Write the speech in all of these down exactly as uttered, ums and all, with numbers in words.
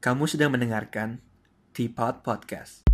Kamu sedang mendengarkan Teapot Podcast.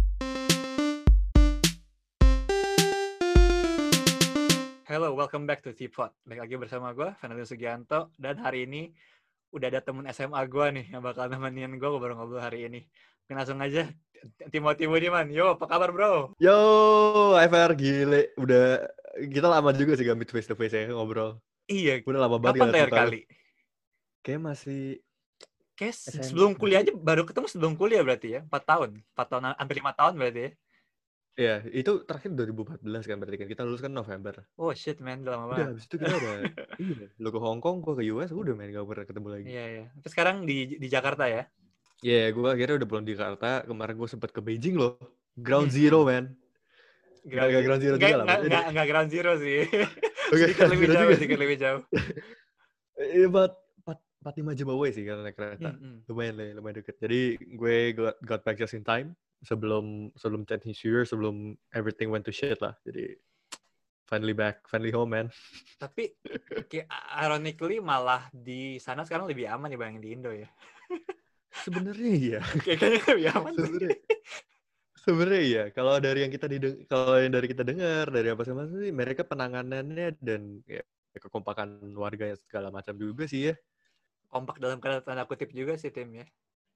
Hello, welcome back to Teapot. Balik lagi bersama gue, Fernando Sugianto. Dan hari ini udah ada temen S M A gue nih yang bakal nemenin gue ngobrol-ngobrol hari ini. Mungkin langsung aja, Timo-Timo Diman. Yo, apa kabar bro? Yo, F R gile. Udah, kita lama juga sih gak meet face to face ya ngobrol. Iya, Udah lama banget kapan gak terakhir ketemu. kali? Kayak masih Kayak S M P. sebelum kuliah aja, baru ketemu sebelum kuliah berarti ya? empat tahun? empat tahun, hampir lima tahun berarti ya? Iya, itu terakhir dua ribu empat belas kan berarti kan. Kita lulus kan November. Oh shit man, udah lama Udah, banget. habis itu kita udah, iya. Lu ke Hong Kong, gua ke U S, udah main gak pernah ketemu lagi. Iya, iya. Tapi sekarang di di Jakarta ya? Iya, yeah, gua akhirnya udah pulang di Jakarta. Kemarin gua sempet ke Beijing loh. Ground Hmm, zero, hmm. man. Ground Gak, gak ground zero Nggak, juga lah. nggak, maksudnya nggak, di- nggak ground zero sih. Oke, sedikit lebih ground zero jauh, juga. sedikit lebih jauh. Iya, about empat lima jam away sih kalau naik kereta. Hmm, hmm. Lumayan lah, lumayan deket. Jadi gue got, got back just in time sebelum sebelum Chinese New Year, sebelum everything went to shit lah. Jadi finally back, finally home, man. Tapi kayak ironically malah di sana sekarang lebih aman dibanding di Indo ya. Sebenarnya iya. Kayaknya lebih aman. Sebenarnya sebenarnya iya. Kalau dari yang kita dideng- kalau yang dari kita dengar dari apa sama sih, mereka penanganannya dan ya, kekompakan warga yang segala macam juga sih ya. Kompak dalam tanda kutip juga sih tim ya.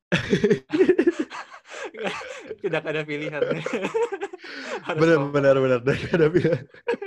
Tidak ada pilihan. Harus benar, kompak. benar, benar, benar. Ada pilihan.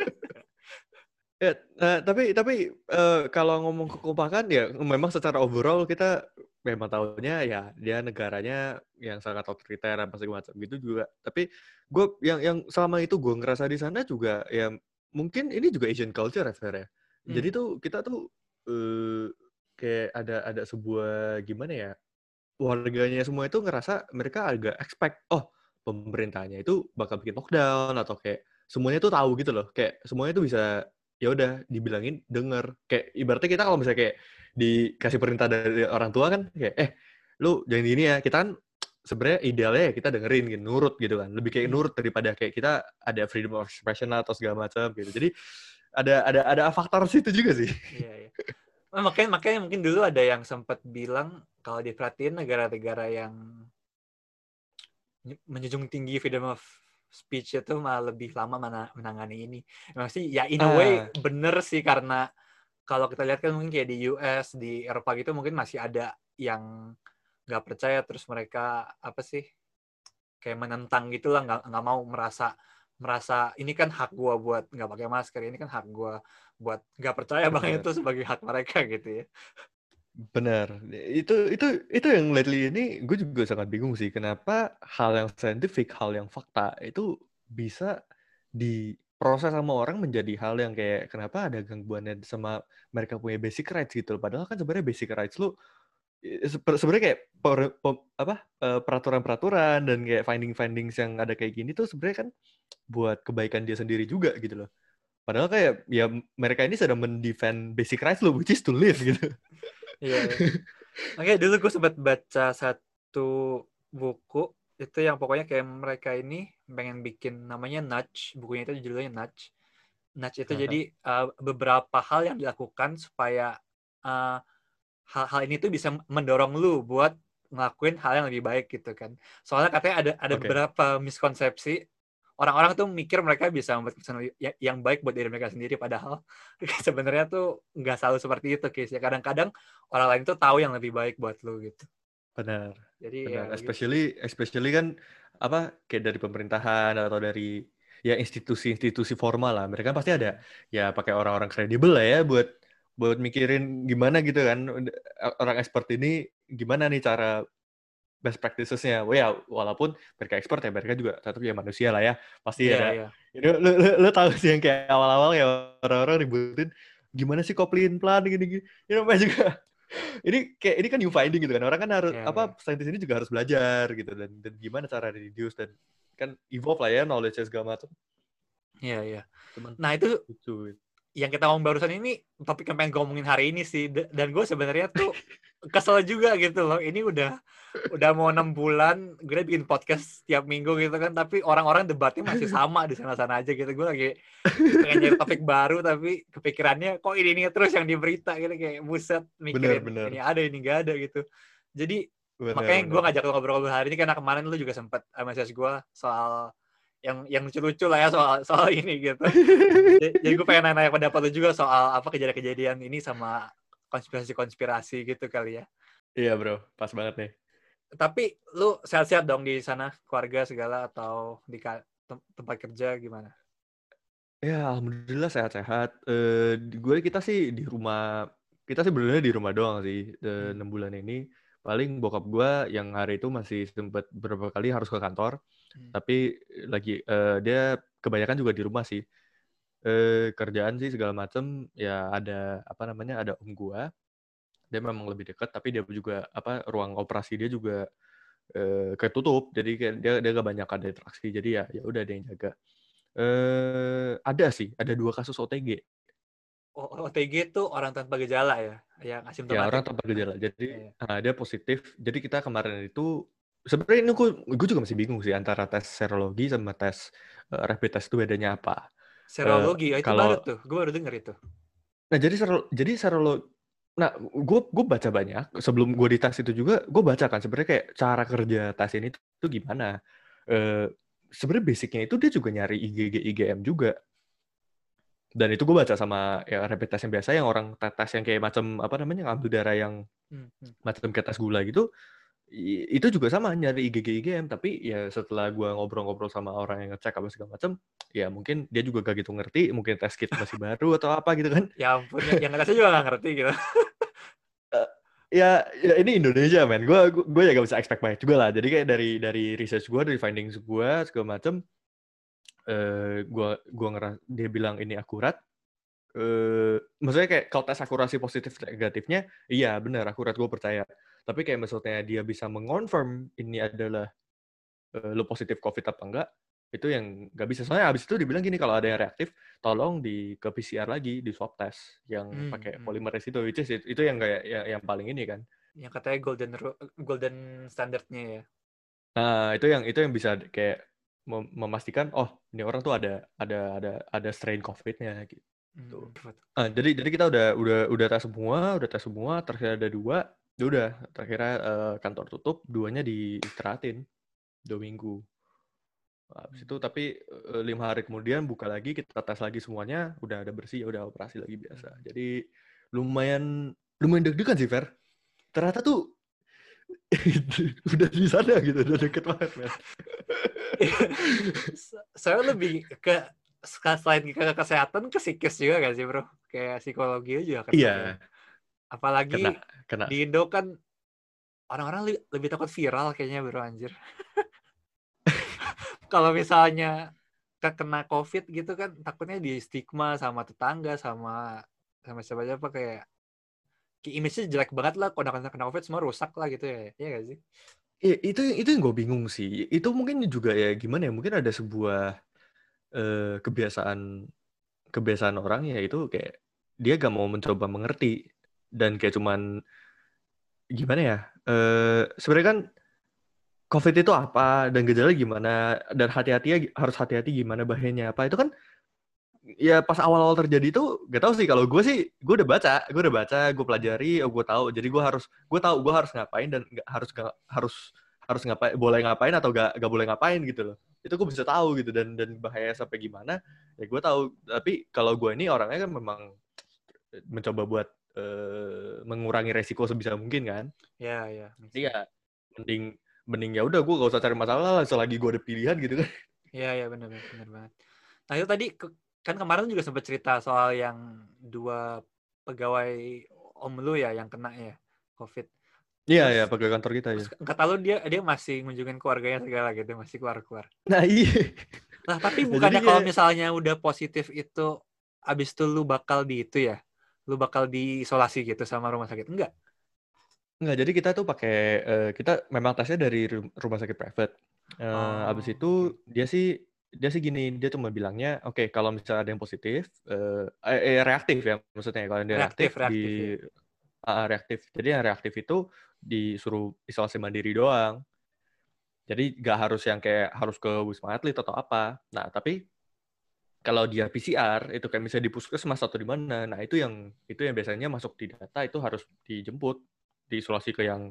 Ya, nah, tapi tapi uh, kalau ngomong kekompakan ya memang secara overall kita memang tahunya ya dia negaranya yang sangat otoriter apa segala macam gitu juga. Tapi gue yang yang selama itu gue ngerasa di sana juga ya mungkin ini juga Asian culture ya, Fer, ya. Jadi Hmm. tuh kita tuh uh, kayak ada ada sebuah gimana ya, warganya semua itu ngerasa mereka agak expect oh pemerintahnya itu bakal bikin lockdown atau kayak semuanya tuh tahu gitu loh, kayak semuanya tuh bisa ya udah dibilangin denger, kayak ibaratnya kita kalau misalnya kayak dikasih perintah dari orang tua kan kayak eh lu jangan gini ya, kita kan sebenarnya idealnya ya kita dengerin gitu, nurut gitu kan, lebih kayak Hmm. nurut daripada kayak kita ada freedom of expression atau segala macam gitu. Jadi ada ada ada faktor situ juga sih. Iya, iya. Nah, makanya makanya mungkin dulu ada yang sempat bilang kalau diperhatiin negara-negara yang menjunjung tinggi freedom of speech itu malah lebih lama mana menangani ini. Memang sih ya in a way Ah. bener sih, karena kalau kita lihat kan mungkin kayak di U S, di Eropa gitu mungkin masih ada yang nggak percaya, terus mereka apa sih kayak menentang gitulah, nggak nggak mau merasa merasa ini kan hak gua buat nggak pakai masker, ini kan hak gua buat nggak percaya bahkan Bener. itu sebagai hak mereka gitu ya. Benar. Itu itu itu yang lately ini gue juga sangat bingung sih kenapa hal yang scientific, hal yang fakta itu bisa diproses sama orang menjadi hal yang kayak kenapa ada gangguannya sama mereka punya basic rights gitu. Padahal kan sebenarnya basic rights lu eh, sebe- sebenarnya kayak per- pe- apa eh, peraturan-peraturan dan kayak finding-findings yang ada kayak gini tuh sebenarnya kan buat kebaikan dia sendiri juga gitu loh. Padahal kayak ya mereka ini sedang mendefend basic rights lo, which is to live gitu. Iya, iya. Oke, dulu gue sempat baca satu buku itu yang pokoknya kayak mereka ini pengen bikin namanya Nudge, bukunya itu judulnya Nudge. Nudge itu jadi uh, beberapa hal yang dilakukan supaya uh, hal-hal ini tuh bisa mendorong lu buat ngelakuin hal yang lebih baik gitu kan. Soalnya katanya ada ada Oke. beberapa miskonsepsi. Orang-orang tuh mikir mereka bisa membuat keputusan ya- yang baik buat diri mereka sendiri, padahal sebenarnya tuh nggak selalu seperti itu case-nya. Kadang-kadang orang lain tuh tahu yang lebih baik buat lu gitu. Benar. Jadi Benar. ya gitu. Especially especially kan apa kayak dari pemerintahan atau dari ya institusi-institusi formal lah. Mereka pasti ada ya pakai orang-orang kredibel lah ya buat buat mikirin gimana gitu kan orang expert ini gimana nih cara best practices-nya. Wah ya walaupun mereka expert ya mereka juga tetap ya manusia lah ya. Pasti Iya, ada. iya. Ini lu, lu, lu tahu sih yang kayak awal-awal ya orang-orang ributin gimana sih kok pelin-pelan gini-gini. Ini namanya juga ini kayak ini kan new finding gitu kan. Orang kan harus Iya, apa iya. saintis ini juga harus belajar gitu dan dan gimana cara reduce dan kan evolve lah ya knowledge segala macam. Iya, iya. Cuman Nah, itu lucu. yang kita ngomong barusan ini topik yang pengen gue ngomongin hari ini sih. D- Dan gue sebenarnya tuh kesel juga gitu loh. Ini udah udah mau enam bulan gue bikin podcast tiap minggu gitu kan, tapi orang-orang debatnya masih sama di sana-sana aja gitu. Gue lagi pengen nyari topik baru tapi kepikirannya kok ini ini terus yang di berita gitu, kayak buset mikirin Bener, bener. ini ada ini nggak ada gitu. Jadi Bener, Makanya gue bener. ngajak lo ngobrol-ngobrol hari ini karena kemarin lu juga sempat message gue soal yang yang lucu-lucu lah ya soal soal ini gitu. Jadi gue pengen nanya pendapat lu juga soal apa kejadian-kejadian ini sama konspirasi-konspirasi gitu kali ya. Iya bro, pas banget nih. Tapi lu sehat-sehat dong di sana, keluarga segala atau di tem- tempat kerja gimana? Ya alhamdulillah sehat-sehat. Eh, gue kita sih di rumah, kita sih benernya di rumah doang sih eh, enam bulan ini. Paling bokap gue yang hari itu masih sempat beberapa kali harus ke kantor, Hmm. tapi lagi eh, dia kebanyakan juga di rumah sih. Eh, kerjaan sih segala macem ya ada apa namanya ada om gue, dia memang lebih dekat, tapi dia juga apa ruang operasi dia juga eh, ketutup, jadi kayak dia dia gak banyak ada interaksi, jadi ya ya udah ada yang jaga. Eh ada sih, ada dua kasus O T G. O- OTG tuh orang tanpa gejala ya, yang Ya asimptomatik. orang tanpa gejala. Jadi Iya. uh, dia positif. Jadi kita kemarin itu sebenarnya ini gue gue juga masih bingung sih antara tes serologi sama tes uh, rapid test itu bedanya apa. Uh, Serologi, ya itu kalau baru tuh, gue baru denger itu. nah jadi serolo, jadi serologi. Nah gue gue baca banyak sebelum gue dites itu juga gue baca kan sebenarnya kayak cara kerja tes ini tuh, tuh gimana. Uh, sebenarnya basicnya itu dia juga nyari I G G I G M juga. Dan itu gue baca sama ya rapid test yang biasa yang orang tes yang kayak macam apa namanya ngambil darah yang Hmm, hmm. macam kayak tes gula gitu, i- itu juga sama nyari I G G I G M. Tapi ya setelah gue ngobrol-ngobrol sama orang yang ngecek apa segala macam, ya mungkin dia juga gak gitu ngerti, mungkin tes kit masih baru atau apa gitu kan. Ya ampun, yang ngerasa juga gak ngerti gitu. Eh, ya, ya ini Indonesia men, gue gue ya gak bisa expect banyak juga lah. Jadi kayak dari dari research gue, dari findings gue segala macam, eh gue gue ngeras dia bilang ini akurat. Eh, maksudnya kayak kalau tes akurasi positif negatifnya, iya benar akurat gue percaya. Tapi kayak maksudnya dia bisa mengonfirm ini adalah uh, lo positif COVID apa enggak, itu yang nggak bisa. Soalnya abis itu dibilang gini, kalau ada yang reaktif, tolong di ke P C R lagi, di swab test yang Hmm, pakai hmm. polymerase itu, which is it, itu yang kayak yang, yang paling ini kan. Yang katanya golden golden standardnya ya. Nah itu yang itu yang bisa kayak mem- memastikan oh ini orang tuh ada ada ada ada strain COVID-nya gitu. Hmm. Nah, jadi jadi kita udah udah udah tes semua, udah tes semua, terakhir ada dua, ya udah terakhir uh, kantor tutup, duanya diistirahatin dua minggu. Nah, habis itu tapi uh, lima hari kemudian buka lagi, kita tes lagi semuanya, udah ada bersih, ya udah operasi lagi biasa. Hmm. Jadi lumayan lumayan deg-degan sih, Fer. Ternyata tuh udah di sana gitu, udah deket banget, men. Saya lebih ke selain ke kesehatan ke psikis juga gak sih bro, kayak psikologi juga kena Iya. ya. Apalagi Kena, kena. di Indo kan orang-orang li- lebih takut viral kayaknya bro, anjir. Kalau misalnya kena COVID gitu kan takutnya di stigma sama tetangga, sama sama siapa siapa kayak image-nya jelek banget lah, kalau kena kena COVID semua rusak lah gitu ya, iya gak sih? Ya, itu itu yang gue bingung sih. Itu mungkin juga ya gimana ya? Mungkin ada sebuah eh, kebiasaan kebiasaan orang ya itu kayak dia gak mau mencoba mengerti dan kayak cuman gimana ya? Eh, sebenarnya kan COVID itu apa dan gejala gimana dan hati-hati harus hati-hati gimana bahayanya apa itu kan ya pas awal-awal terjadi itu gak tahu sih. Kalau gue sih gue udah baca, gue udah baca, gue pelajari, oh gue tahu. Jadi gue harus gue tahu gue harus ngapain dan gak harus gak, harus harus ngapain, boleh ngapain atau gak gak boleh ngapain gitu loh. Itu gue bisa tahu gitu dan dan bahaya sampai gimana ya gue tahu. Tapi kalau gue ini orangnya kan memang mencoba buat uh, mengurangi resiko sebisa mungkin kan. Ya ya. Jadi ya mending mending ya udah gue gak usah cari masalah lah selagi gue ada pilihan gitu kan. Iya ya benar benar banget. Nah itu tadi kan kemarin juga sempat cerita soal yang dua pegawai om lu ya yang kena ya COVID. Iya Terus, ya pegawai kantor kita ya. Kata lu dia dia masih ngunjungin keluarganya segala gitu, masih keluar-keluar. Nah iya. Nah tapi Nah, bukannya kayak... kalau misalnya udah positif itu abis itu lu bakal di itu ya, lu bakal diisolasi gitu sama rumah sakit? Enggak? Enggak, jadi kita tuh pakai uh, kita memang tesnya dari rumah sakit private. Uh, Oh, abis itu okay. dia sih dia sih gini, dia cuma bilangnya, oke okay, kalau misalnya ada yang positif, uh, eh, reaktif ya maksudnya kalau dia reaktif, reaktif, reaktif di ya. uh, reaktif. Jadi yang reaktif itu disuruh isolasi mandiri doang. Jadi nggak harus yang kayak harus ke Wisma Atlet atau apa. Nah tapi kalau dia P C R itu kayak misalnya di puskesmas atau di mana, nah itu yang itu yang biasanya masuk di data itu harus dijemput, diisolasi ke yang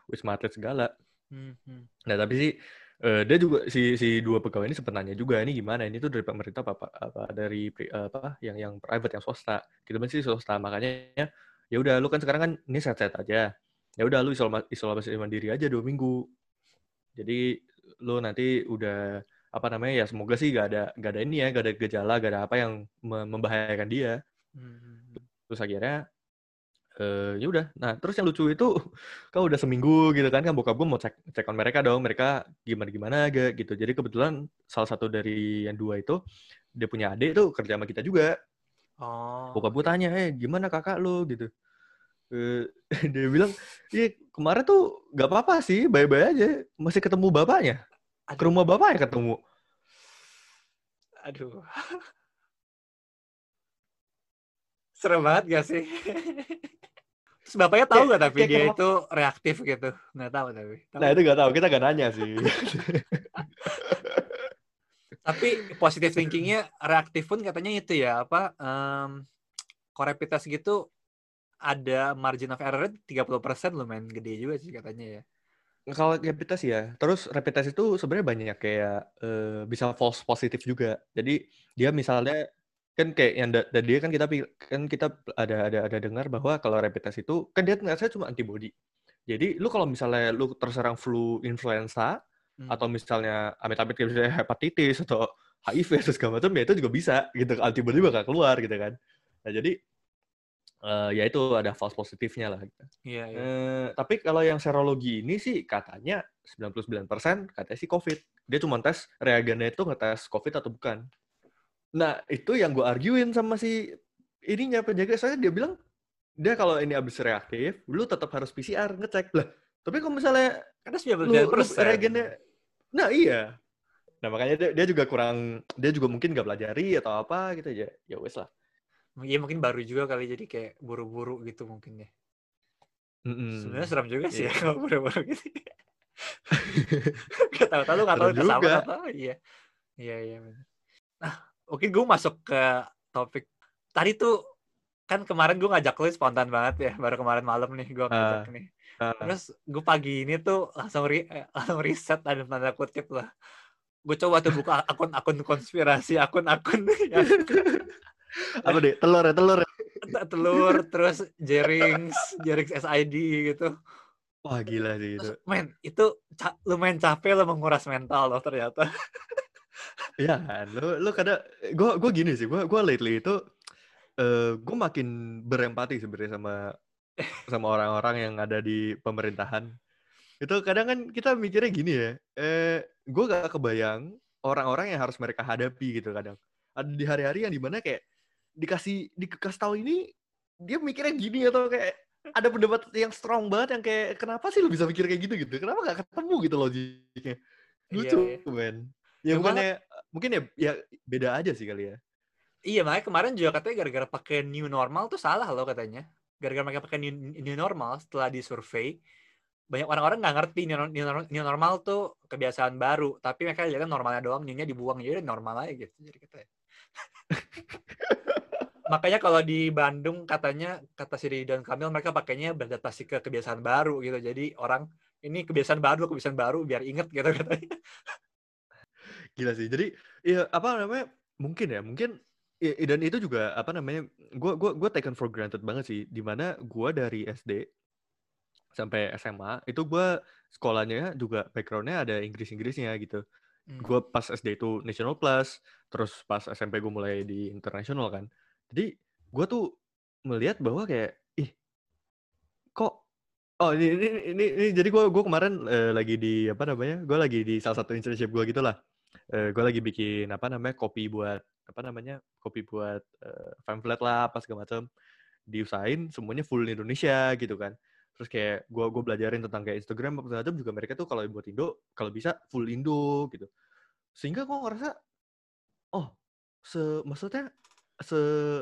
Wisma Atlet segala. Hmm. Nah tapi sih uh, dia juga si si dua pegawai ini sempat nanya juga ini gimana, ini tuh dari pemerintah apa apa, apa dari apa yang yang private yang swasta. Kita gitu sih swasta, makanya ya udah lu kan sekarang kan ini sehat-sehat aja. Ya udah lu isolasi isolasi mandiri aja dua minggu. Jadi lu nanti udah apa namanya ya semoga sih gak ada gak ada ini ya gak ada gejala gak ada apa yang membahayakan dia. Hmm. Terus akhirnya uh, ya udah. Nah terus yang lucu itu kan udah seminggu gitu kan kan bokap gue mau cek cek on mereka dong, mereka gimana gimana agak gitu. Jadi kebetulan salah satu dari yang dua itu dia punya adik tuh kerja sama kita juga. Oh. Bokap gue tanya eh gimana kakak lu gitu. Uh, dia bilang iya kemarin tuh gak apa-apa sih, bye-bye aja, masih ketemu bapaknya. Aduh. Ke rumah bapaknya ketemu. Aduh. Serem banget gak sih? Terus bapaknya tahu nggak tapi kayak dia kenapa? Itu reaktif gitu? Nggak tahu tapi. Tahu. Nah itu nggak tahu, kita nggak nanya sih. Tapi positive thinkingnya reaktif pun katanya itu ya apa? Um, kalau rapid test gitu ada margin of error tiga puluh persen lumayan gede juga sih katanya ya. Kalau rapid test ya, terus rapid test itu sebenarnya banyak kayak uh, bisa false positif juga. Jadi dia misalnya kan kayak yang dari dia kan kita kan kita ada ada ada dengar bahwa kalau rapid test itu kan dia ternyata cuma antibody. Jadi lu kalau misalnya lu terserang flu influenza hmm. atau misalnya amit-amit kayak misalnya hepatitis atau H I V atau segala macam ya itu juga bisa gitu, antibody bakal keluar gitu kan. Nah jadi uh, ya itu ada false positifnya lah. Gitu. Iya, iya. Uh, tapi kalau yang serologi ini sih katanya sembilan puluh sembilan persen katanya sih COVID. Dia cuma tes reagennya itu ngetes COVID atau bukan. Nah, itu yang gue arguin sama si ininya penjaga. Soalnya dia bilang, dia kalau ini abis reaktif, lu tetap harus P C R, ngecek. Lah, tapi kalau misalnya karena sembilan puluh sembilan persen. Lu, lu reagennya, nah iya. Nah, makanya dia, dia juga kurang, dia juga mungkin gak pelajari atau apa gitu aja. Ya wes lah. Iya, mungkin baru juga kali, jadi kayak buru-buru gitu mungkin ya. Mm-hmm. Sebenarnya seram juga sih yeah. ya kalau buru-buru gitu. Gak tahu-tahu lu gak tahu kesalahan atau iya. Iya, iya. Nah, mungkin gue masuk ke topik. Tadi tuh, kan kemarin gue ngajak lu spontan banget ya. Baru kemarin malam nih gue ngajak uh, nih. Uh, Terus gue pagi ini tuh langsung, ri- langsung riset, ada tanda kutip lah. Gue coba tuh buka akun-akun konspirasi, akun-akun yang... apa deh? Telur ya, telur ya? Telur, terus Jerings, Jerings S I D gitu. Wah gila sih itu. Terus, men, itu ca- lumayan capek lo menguras mental loh ternyata. Iya kan, lo lo kadang gue gue gini sih, gue gue lately itu uh, gue makin berempati sebenarnya sama sama orang-orang yang ada di pemerintahan. Itu kadang kan kita mikirnya gini ya, eh gue gak kebayang orang-orang yang harus mereka hadapi gitu kadang. Ada di hari-hari yang dimana kayak dikasih dikasih tahu ini dia mikirnya gini atau kayak ada pendapat yang strong banget yang kayak kenapa sih lo bisa mikir kayak gitu gitu? Kenapa gak ketemu gitu logiknya? Lucu yeah, yeah. men. Ya Cuma, bukannya mungkin ya ya beda aja sih kali ya. Iya, makanya kemarin juga katanya gara-gara pakai new normal tuh salah loh katanya. Gara-gara mereka pakai new, new normal setelah disurvey, banyak orang-orang nggak ngerti new, new, new normal tuh kebiasaan baru, tapi mereka lihat normalnya doang, new-nya dibuang, jadi normal aja gitu. Jadi katanya. Makanya kalau di Bandung katanya, kata si Ridwan Kamil, mereka pakainya beradaptasi ke kebiasaan baru gitu. Jadi orang, ini kebiasaan baru, kebiasaan baru, biar inget gitu katanya. Gila sih. Jadi, ya apa namanya, mungkin ya, mungkin, ya, dan itu juga, apa namanya, gue gua, gua taken for granted banget sih, dimana gue dari S D sampai S M A, itu gue sekolahnya juga background-nya ada Inggris-Inggrisnya gitu. Hmm. Gue pas S D itu National Plus, terus pas S M P gue mulai di international kan. Jadi gue tuh melihat bahwa kayak, ih, kok, oh ini ini ini, ini jadi gue gue kemarin uh, lagi di apa namanya, gue lagi di salah satu internship gue gitulah. Uh, gue lagi bikin apa namanya kopi buat apa namanya kopi buat uh, pamphlet lah apa segala macam. Diusahain semuanya full Indonesia gitu kan. Terus kayak gue gue belajarin tentang kayak Instagram apa segala macam juga mereka tuh kalau buat Indo kalau bisa full Indo gitu. Sehingga gue ngerasa oh se maksudnya se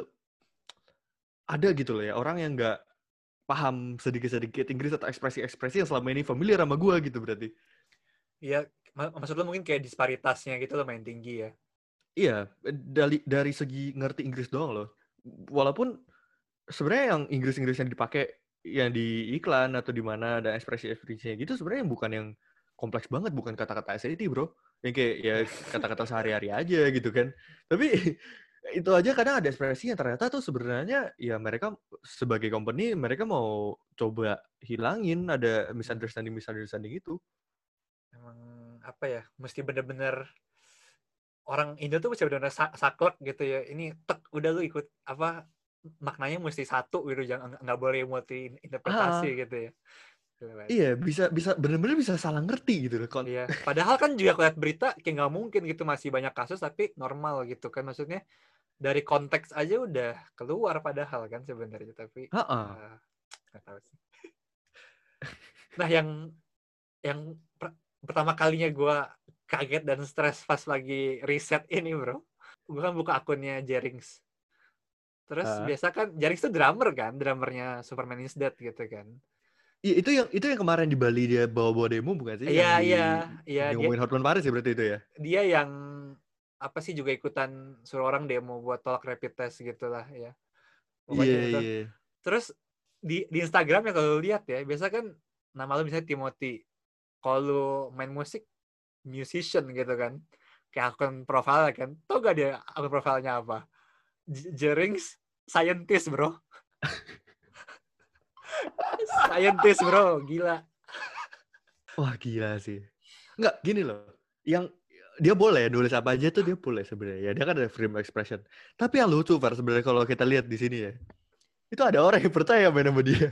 ada gitu loh ya orang yang nggak paham sedikit-sedikit Inggris atau ekspresi-ekspresi yang selama ini familiar sama gue gitu berarti. Iya, mak- maksud lo mungkin kayak disparitasnya gitu loh main tinggi ya. Iya, dari dari segi ngerti Inggris doang loh. Walaupun sebenarnya yang Inggris-Inggris yang dipakai yang di iklan atau di mana ada ekspresi-ekspresinya gitu sebenarnya bukan yang kompleks banget, bukan kata-kata S A T, bro. Yang kayak ya kata-kata sehari-hari aja gitu kan. Tapi itu aja kadang ada ekspresi yang ternyata tuh sebenarnya ya mereka sebagai company mereka mau coba hilangin ada misunderstanding misunderstanding itu. Emang apa ya? Mesti bener-bener orang Indo tuh mesti bener-bener sak- saklek gitu ya. Ini tek udah lu ikut apa maknanya mesti satu gitu, jangan nggak boleh multi interpretasi Ah, gitu ya. iya bisa bisa bener-bener bisa salah ngerti gitu loh. Kon- Iya, padahal kan juga lihat berita kayak nggak mungkin gitu, masih banyak kasus tapi normal gitu kan, maksudnya dari konteks aja udah keluar padahal kan sebenarnya, tapi Ha-ah. uh, nggak tahu sih. Nah yang yang per- pertama kalinya gue kaget dan stres pas lagi riset ini bro, gue kan buka akunnya Jerings, terus Ah. biasa kan Jerings tuh drummer kan, drummernya Superman is Dead gitu kan. Iya itu yang itu yang kemarin di Bali dia bawa-bawa demo bukan sih Iya yang di iya iya yang dia ngomongin Hotman Paris ya berarti itu ya. dia yang apa sih juga ikutan suruh orang demo buat tolak rapid test gitulah ya. Iya Pokoknya itu. iya. Terus di di Instagram ya kalau lu lihat ya, biasa kan nama lu misalnya Timothy. Kalau lu main musik, musician gitu kan. Kayak akun profile kan. Tau gak dia akun profilnya apa? J- Jerings scientist, bro. Scientist, bro. Gila. Wah gila sih. Enggak gini loh. Yang dia boleh nulis apa aja tuh dia boleh sebenarnya. Ya dia kan ada freedom expression. Tapi yang lucu Far sebenarnya kalau kita lihat di sini ya. Itu ada orang yang percaya main sama dia.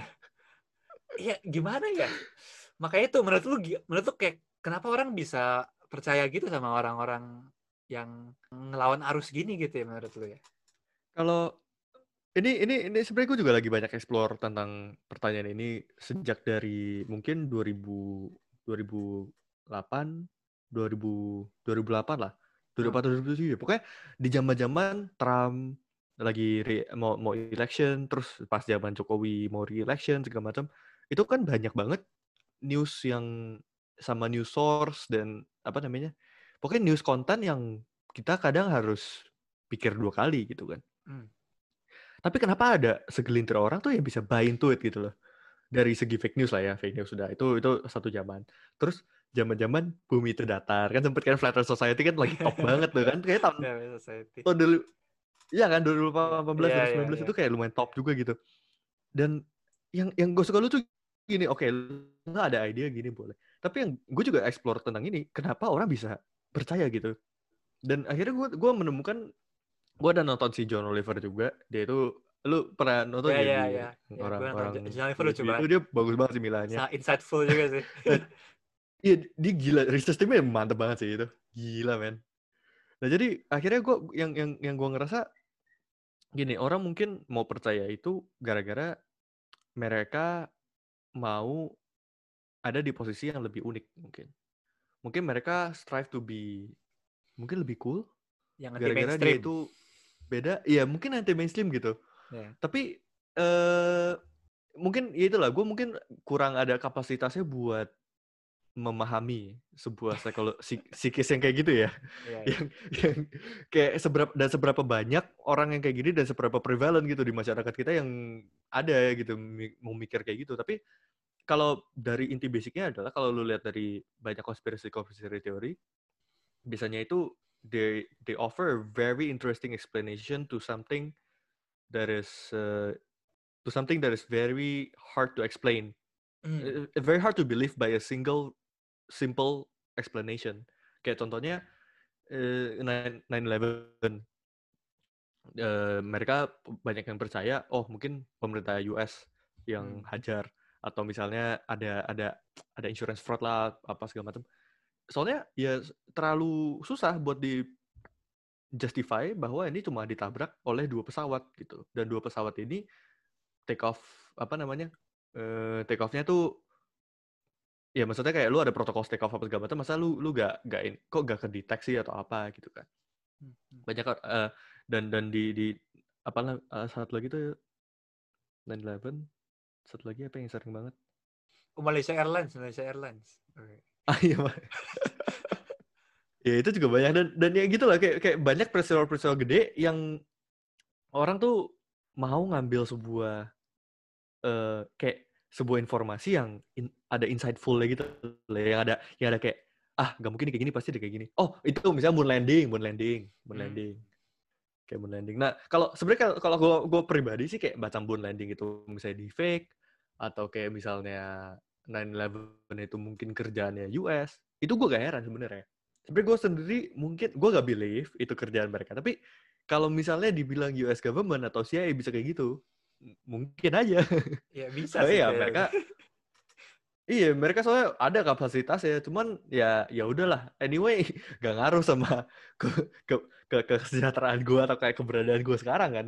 Iya, gimana ya? Makanya itu menurut lu menurut lu kayak kenapa orang bisa percaya gitu sama orang-orang yang ngelawan arus gini gitu ya menurut lu ya? Kalau ini ini ini sebenarnya gue juga lagi banyak explore tentang pertanyaan ini sejak dari mungkin dua ribu dua ribu delapan dua ribu dua ribu delapan lah dua ribu delapan dua ribu tujuh ya pokoknya di zaman-zaman Trump lagi re, mau mau election terus pas zaman Jokowi mau re-election segala macam itu kan banyak banget news yang sama news source dan apa namanya pokoknya news konten yang kita kadang harus pikir dua kali gitu kan. Hmm. Tapi kenapa ada segelintir orang tuh yang bisa buy into it gitu loh. Dari segi fake news lah ya, fake news sudah. Itu itu satu zaman. Terus zaman-zaman bumi itu datar. Kan sempet kan Flat Earth Society kan lagi top banget tuh kan. Kayak tahun, Ya, society. tahun dulu, iya kan dua ribu delapan belas, Iya, dua ribu iya, sembilan belas iya. itu kayak lumayan top juga gitu. Dan yang yang gue suka lucu gini, oke, okay, nggak ada ide gini boleh. Tapi yang gue juga explore tentang ini, kenapa orang bisa percaya gitu. Dan akhirnya gue gue menemukan, gue ada nonton si John Oliver juga. Dia itu lu pernah nonton Ya, ya ya, di ya. Ya, gue nonton orang-orang Jennifer T V lucu itu banget. dia bagus banget sih milahnya. Sangat insightful juga sih. Nah, iya dia gila research timnya mantep banget sih itu gila men. Nah jadi akhirnya gue yang yang yang gue ngerasa gini orang mungkin mau percaya itu gara-gara mereka mau ada di posisi yang lebih unik mungkin mungkin mereka strive to be mungkin lebih cool Yang anti gara-gara dia mainstream. itu beda ya mungkin anti mainstream gitu. Ya. Tapi eh mungkin ya itulah gue mungkin kurang ada kapasitasnya buat memahami sebuah psikologi psikis yang kayak gitu ya. Ya, ya. yang yang kayak seberapa dan seberapa banyak orang yang kayak gini dan seberapa prevalent gitu di masyarakat kita yang ada gitu mi- mau mikir kayak gitu. Tapi kalau dari inti basicnya adalah kalau lu lihat dari banyak konspirasi konspirasi teori biasanya itu they they offer a very interesting explanation to something that is uh, to something that is very hard to explain. Hmm. Uh, very hard to believe by a single simple explanation. Kayak contohnya uh, nine eleven. Uh, mereka banyak yang percaya, oh mungkin pemerintah U S yang Hmm. hajar atau misalnya ada ada ada insurance fraud lah apa segala macam. Soalnya ya terlalu susah buat di justify bahwa ini cuma ditabrak oleh dua pesawat gitu. Dan dua pesawat ini take off apa namanya? Uh, take off-nya tuh ya maksudnya kayak lu ada protokol take off apa segala macam masa lu lu gak gak in, kok gak kedeteksi atau apa gitu kan banyak uh, dan dan di di apa uh, satu lagi tuh nine eleven satu lagi apa yang sering banget Oh, Malaysia Airlines Malaysia Airlines okay. Ah iya ya itu juga banyak dan dan ya gitulah kayak kayak banyak peristiwa-peristiwa gede yang orang tuh mau ngambil sebuah uh, kayak sebuah informasi yang in, ada insightful-nya gitu, yang ada yang ada kayak ah nggak mungkin kayak gini, pasti ada kayak gini. Oh itu misalnya moon landing, moon landing, moon Hmm. landing, kayak moon landing. Nah kalau sebenarnya kalau gue gue pribadi sih kayak baca moon landing itu misalnya di fake atau kayak misalnya nine eleven itu mungkin kerjaannya U S, itu gue gak heran sebenarnya. Sebenarnya gue sendiri mungkin gue gak believe itu kerjaan mereka, tapi kalau misalnya dibilang U S government atau C I A bisa kayak gitu, mungkin aja. Ya bisa Soalnya sih ya kayak. mereka, iya mereka soalnya ada kapasitasnya, cuman ya ya udahlah. Anyway, gak ngaruh sama ke, ke, ke, kesejahteraan gue atau kayak keberadaan gue sekarang kan.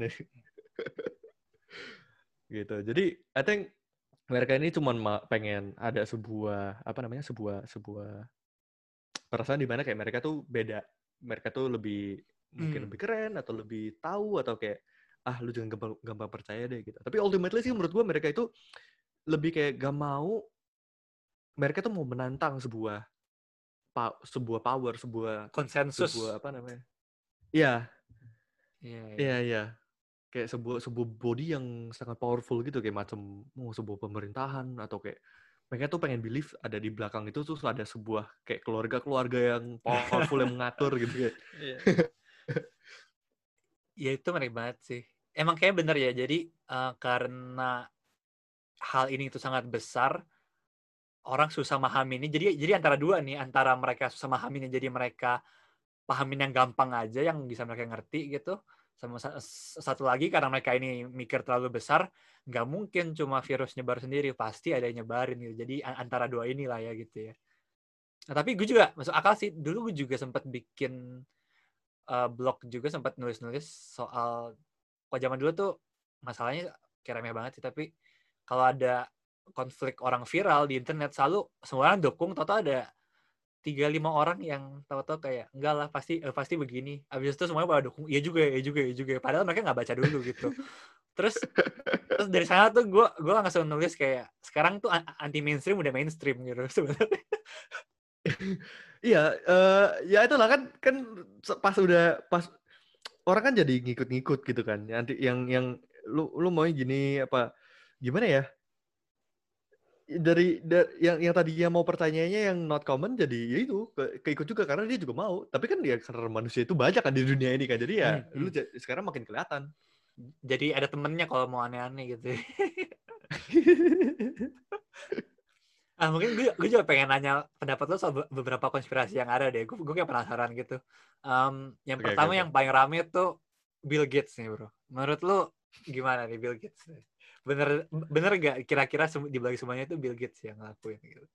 Gitu. Jadi I think mereka ini cuma pengen ada sebuah apa namanya sebuah sebuah perasaan di mana kayak mereka tuh beda, mereka tuh lebih mungkin Hmm. lebih keren atau lebih tahu atau kayak ah lu jangan gampang, gampang percaya deh gitu. Tapi ultimately sih menurut gue mereka itu lebih kayak gak mau, mereka tuh mau menantang sebuah pa, sebuah power, sebuah Konsensus. sebuah apa namanya? Iya. Iya, Iya, iya. Kayak sebuah sebuah body yang sangat powerful gitu, kayak macam mau sebuah pemerintahan atau kayak mereka tuh pengen believe ada di belakang itu tuh ada sebuah kayak keluarga-keluarga yang powerful yang mengatur gitu kan. Iya. Ya itu menarik banget sih. Emang kayak bener ya. Jadi uh, karena hal ini itu sangat besar, orang susah memahaminya. Jadi jadi antara dua nih, antara mereka susah memahaminya jadi mereka pahamin yang gampang aja yang bisa mereka ngerti gitu. Sama satu lagi karena mereka ini mikir terlalu besar, nggak mungkin cuma virus nyebar sendiri, pasti ada yang nyebarin gitu. Jadi antara dua inilah ya gitu ya. Nah, tapi gue juga masuk akal sih. Dulu gue juga sempat bikin uh, blog juga, sempat nulis-nulis soal kok zaman dulu tuh masalahnya kayak remeh banget sih, tapi kalau ada konflik orang viral di internet selalu semua orang dukung, tau-tau ada tiga lima orang yang tahu-tahu kayak enggak lah pasti eh, pasti begini. Abis itu semuanya pada dukung, iya juga iya juga iya juga. Padahal mereka nggak baca dulu gitu. Terus terus dari sana tuh gue gue langsung nulis kayak sekarang tuh anti mainstream udah mainstream gitu sebenarnya. Iya, uh, ya itulah kan kan pas udah pas orang kan jadi ngikut-ngikut gitu kan. Nanti yang yang lu lu mau gini apa gimana ya? Dari, dari yang yang tadinya mau pertanyaannya yang not common jadi ya itu ke, keikut juga karena dia juga mau. Tapi kan dia karena manusia itu banyak kan di dunia ini kan. Jadi ya hmm, lu hmm. j- sekarang makin kelihatan. Jadi ada temennya kalau mau aneh-aneh gitu. Ah mungkin gue gue juga pengen nanya pendapat lo soal beberapa konspirasi yang ada deh. Gue gue kayak penasaran gitu. Um, yang Oke, pertama oke, yang oke. paling rame tuh Bill Gates nih bro. Menurut lo gimana nih Bill Gates? Bener bener gak kira-kira di balik semuanya itu Bill Gates yang ngelakuin gitu?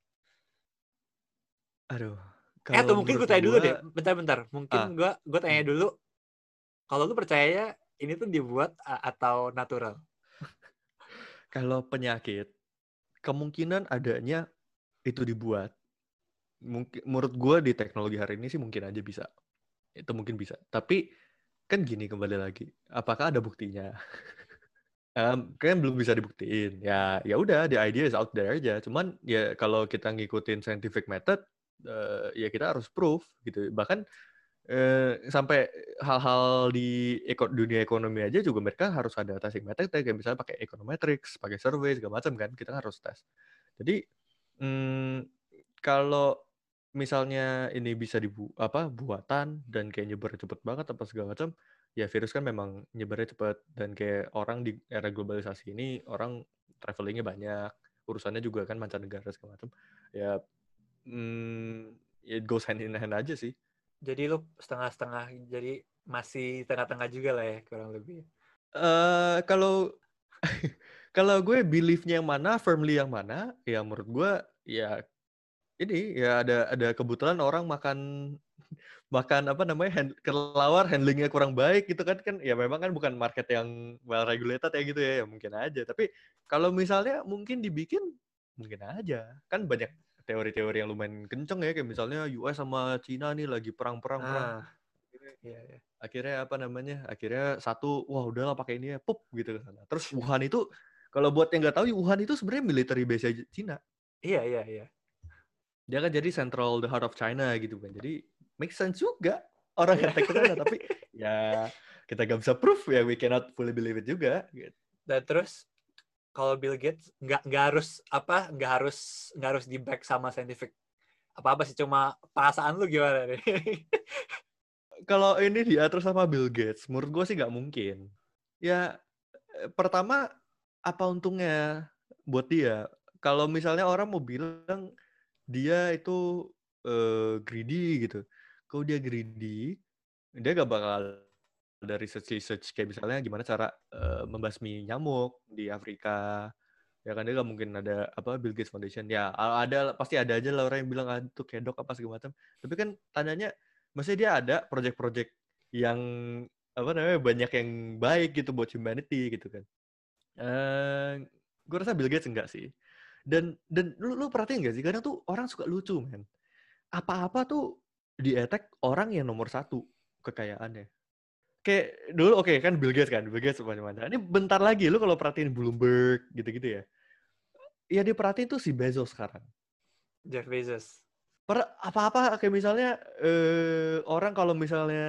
Aduh, Eh kalau tuh mungkin gue menurut tanya dulu gua deh. Bentar-bentar. Mungkin ah gue gue tanya hmm. dulu. Kalau lu percaya ini tuh dibuat atau natural? Kalau penyakit kemungkinan adanya itu dibuat. Mungkin menurut gua di teknologi hari ini sih mungkin aja bisa. Itu mungkin bisa. Tapi kan gini kembali lagi. Apakah ada buktinya? Um, kan belum bisa dibuktiin. Ya, ya udah, the idea is out there aja. Cuman ya kalau kita ngikutin scientific method, uh, ya kita harus proof gitu. Bahkan uh, sampai hal-hal di eko, dunia ekonomi aja juga mereka harus ada testing method, kayak misalnya pakai econometrics, pakai survei segala macam kan, kita harus tes. Jadi hmm, kalau misalnya ini bisa dibu apa buatan dan kayak nyebar cepet banget apa segala macam, ya virus kan memang nyebarnya cepet dan kayak orang di era globalisasi ini orang travelingnya banyak, urusannya juga kan mancanegara segala macam. Ya, hmm, it goes hand in hand aja sih. Jadi lu setengah-setengah, jadi masih tengah-tengah juga lah ya kurang lebih. Uh, kalau kalau gue believe-nya yang mana, firmly yang mana, ya menurut gue ya ini ya ada ada kebetulan orang makan makan apa namanya hand, kelelawar handlingnya kurang baik gitu kan kan ya memang kan bukan market yang well regulated ya gitu ya, ya mungkin aja. Tapi kalau misalnya mungkin dibikin mungkin aja kan banyak teori-teori yang lumayan kenceng ya, kayak misalnya U S sama Cina nih lagi perang-perang perang. Ah, iya, iya. Akhirnya apa namanya? Akhirnya satu, wah udahlah pakai ini ya, pup gitu ke sana. Terus Wuhan itu, kalau buat yang nggak tahu, Wuhan itu sebenarnya military base Cina. Iya, iya, iya. Dia kan jadi central the heart of China gitu kan. Jadi make sense juga orang Iya. attack ke sana. Tapi ya kita nggak bisa proof ya, we cannot fully believe it juga. Gitu. Dan terus kalau Bill Gates nggak nggak harus apa nggak harus nggak harus di back sama scientific apa apa sih, cuma perasaan lu gimana nih? Kalau ini diatur sama Bill Gates, menurut gue sih nggak mungkin. Ya, eh, pertama, apa untungnya buat dia? Kalau misalnya orang mau bilang dia itu eh, greedy gitu. Kalau dia greedy, dia gak bakal ada research-research kayak misalnya gimana cara eh, membasmi nyamuk di Afrika. Ya kan dia gak mungkin ada apa Bill Gates Foundation. Ya ada, pasti ada aja lah orang yang bilang ah, itu kedok apa segala macam. Tapi kan tanyanya, maksudnya dia ada project-project yang apa namanya banyak yang baik gitu buat humanity gitu kan. Eh, gue rasa Bill Gates enggak sih. Dan dan lu lu perhatiin gak sih kadang tuh orang suka lucu men. Apa-apa tuh di-attack orang yang nomor satu kekayaannya. Kayak dulu oke okay, kan Bill Gates kan, Bill Gates macam-macam. Ini bentar lagi lu kalau perhatiin Bloomberg gitu-gitu ya. Ya diperhatiin tuh si Bezos sekarang. Jeff Bezos. Per apa-apa kayak misalnya eh, orang kalau misalnya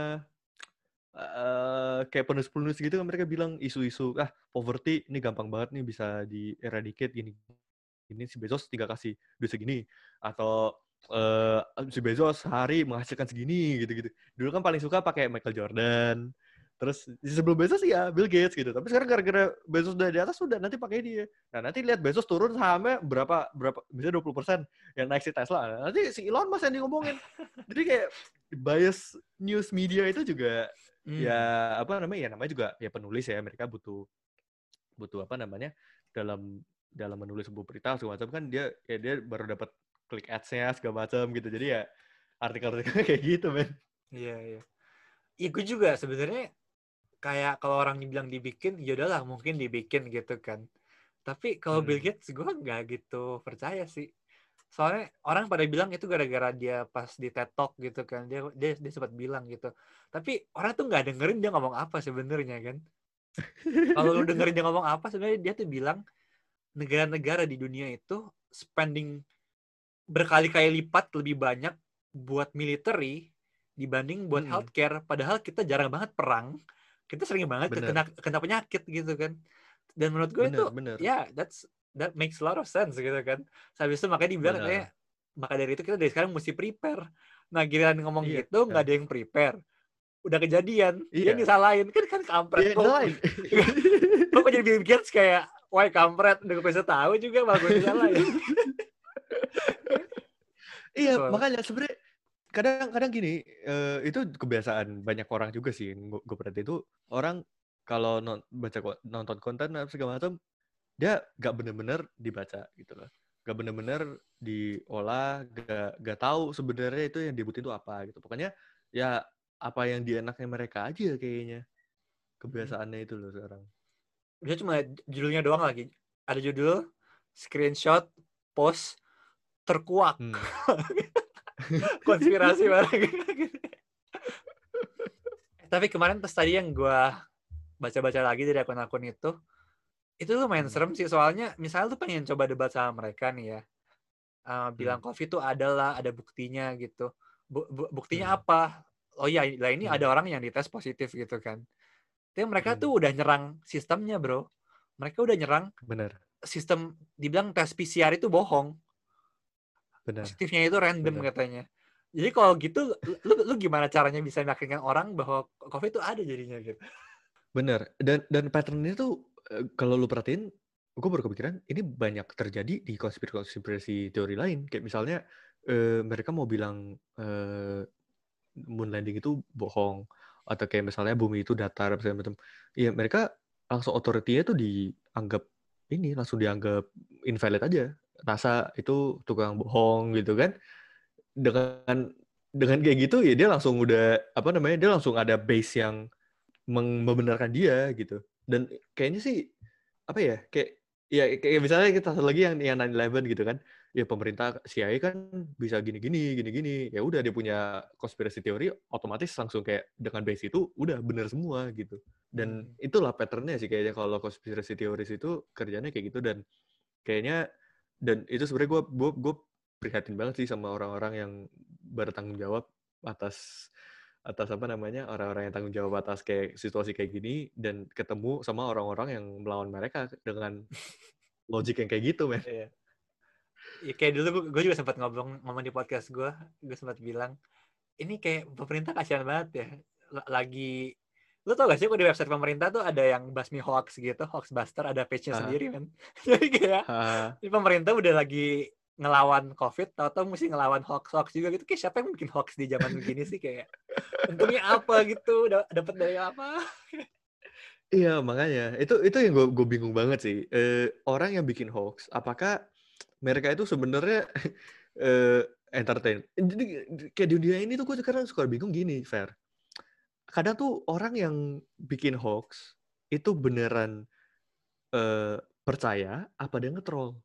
uh, kayak penulis-penulis gitu kan mereka bilang isu-isu ah poverty ini gampang banget nih bisa di-eradicate gini. Ini si Bezos tinggal kasih duit segini atau uh, si Bezos sehari menghasilkan segini gitu-gitu. Dulu kan paling suka pakai Michael Jordan. Terus sebelum Bezos ya Bill Gates gitu. Tapi sekarang gara-gara Bezos udah di atas sudah nanti pakai dia. Nah, nanti lihat Bezos turun sahamnya berapa berapa bisa dua puluh persen yang naik si Tesla. Nanti si Elon Musk yang ngomongin. Jadi kayak bias news media itu juga hmm. ya apa namanya ya namanya juga ya penulis ya mereka butuh butuh apa namanya dalam dalam menulis sebuah berita segala macam kan dia ya dia baru dapat klik ads-nya segala macam gitu. Jadi ya artikel-artikelnya kayak gitu, men. Iya, iya. Iya, gue juga sebenarnya kayak kalau orang bilang dibikin, ya udahlah mungkin dibikin gitu kan. Tapi kalau hmm. Bill Gates gue nggak gitu percaya sih. Soalnya orang pada bilang itu gara-gara dia pas di TED Talk gitu kan. Dia dia, dia sempat bilang gitu. Tapi orang tuh nggak dengerin dia ngomong apa sebenarnya kan. Kalau lu dengerin dia ngomong apa sebenarnya dia tuh bilang negara-negara di dunia itu spending berkali-kali lipat lebih banyak buat military dibanding buat hmm. healthcare. Padahal kita jarang banget perang. Kita sering banget kena kena penyakit gitu kan. Dan menurut gue bener, itu bener. ya that's that makes a lot of sense gitu kan. Habis itu makanya dibilang kayak maka dari itu kita dari sekarang mesti prepare. Nah giliran ngomong iya, gitu nggak kan. Ada yang prepare. Udah kejadian, iya. Dia disalahin kan kan kampret. Iya, disalahin. Kok kok jadi Bill Gates kayak wah kampret udah gue bisa tahu juga malah gue disalahin. Iya, so. Makanya sebenarnya kadang-kadang gini, uh, itu kebiasaan banyak orang juga sih. Gue perhati itu orang kalau non, baca nonton konten segala macam, dia gak bener-bener dibaca gitu loh, gak bener-bener diolah, gak gak tahu sebenarnya itu yang dibutuhin itu apa gitu. Pokoknya ya apa yang dienaknya mereka aja kayaknya kebiasaannya itu loh sekarang. Dia cuma judulnya doang lagi. Ada judul, screenshot, post, terkuak. Hmm. Konspirasi barang gitu. Tapi kemarin pas tadi yang gue baca-baca lagi dari akun-akun itu, itu lumayan hmm. serem sih. Soalnya misalnya lu pengen coba debat sama mereka nih ya. Uh, bilang hmm. COVID itu adalah, ada buktinya gitu. Bu- bu- buktinya hmm. apa? Oh iya, lah ini hmm. ada orang yang dites positif gitu kan. Tapi mereka hmm. tuh udah nyerang sistemnya bro. Mereka udah nyerang Bener. Sistem, dibilang tes P C R itu bohong. Bener. Positifnya itu random Bener. Katanya. Jadi kalau gitu, lu, lu gimana caranya bisa meyakinkan orang bahwa COVID itu ada jadinya gitu? Bener. Dan dan patternnya tuh kalau lu perhatiin, gue baru kepikiran ini banyak terjadi di konspirasi teori lain. Kayak misalnya eh, mereka mau bilang eh, moon landing itu bohong, atau kayak misalnya bumi itu datar segala macam. Iya, mereka langsung authority-nya tuh dianggap ini langsung dianggap invalid aja. NASA itu tukang bohong gitu kan. Dengan dengan kayak gitu ya dia langsung udah apa namanya? Dia langsung ada base yang membenarkan dia gitu. Dan kayaknya sih apa ya? Kayak ya kayak misalnya kita satu lagi yang yang nine eleven gitu kan. Ya pemerintah C I A kan bisa gini-gini, gini-gini. Ya udah dia punya konspirasi teori, otomatis langsung kayak dengan base itu udah benar semua gitu. Dan hmm. itulah patternnya sih kayaknya kalau konspirasi teoris itu kerjanya kayak gitu. Dan kayaknya dan itu sebenarnya gue gue gue prihatin banget sih sama orang-orang yang bertanggung jawab atas atas apa namanya orang-orang yang tanggung jawab atas kayak situasi kayak gini dan ketemu sama orang-orang yang melawan mereka dengan logik yang kayak gitu, men. Iya. Ya, kayak dulu gue juga sempat ngobrol ngomong di podcast gue, gue sempat bilang ini kayak pemerintah kasihan banget ya. L- lagi lu tau gak sih kok di website pemerintah tuh ada yang basmi hoax gitu, hoax buster, ada page-nya Haha. sendiri kan. Jadi kayak Haha. ini pemerintah udah lagi ngelawan COVID, tau-tau mesti ngelawan hoax-hoax juga gitu. Kayak siapa yang bikin hoax di zaman begini sih, kayak untungnya apa gitu, da- dapat dari apa? Iya, makanya itu itu yang gue gue bingung banget sih. Eh, orang yang bikin hoax, apakah mereka itu sebenarnya eh, entertain? Jadi kayak di dunia ini tuh gue sekarang suka bingung gini, Fer. Kadang tuh orang yang bikin hoax itu beneran eh, percaya apa dia nge-troll?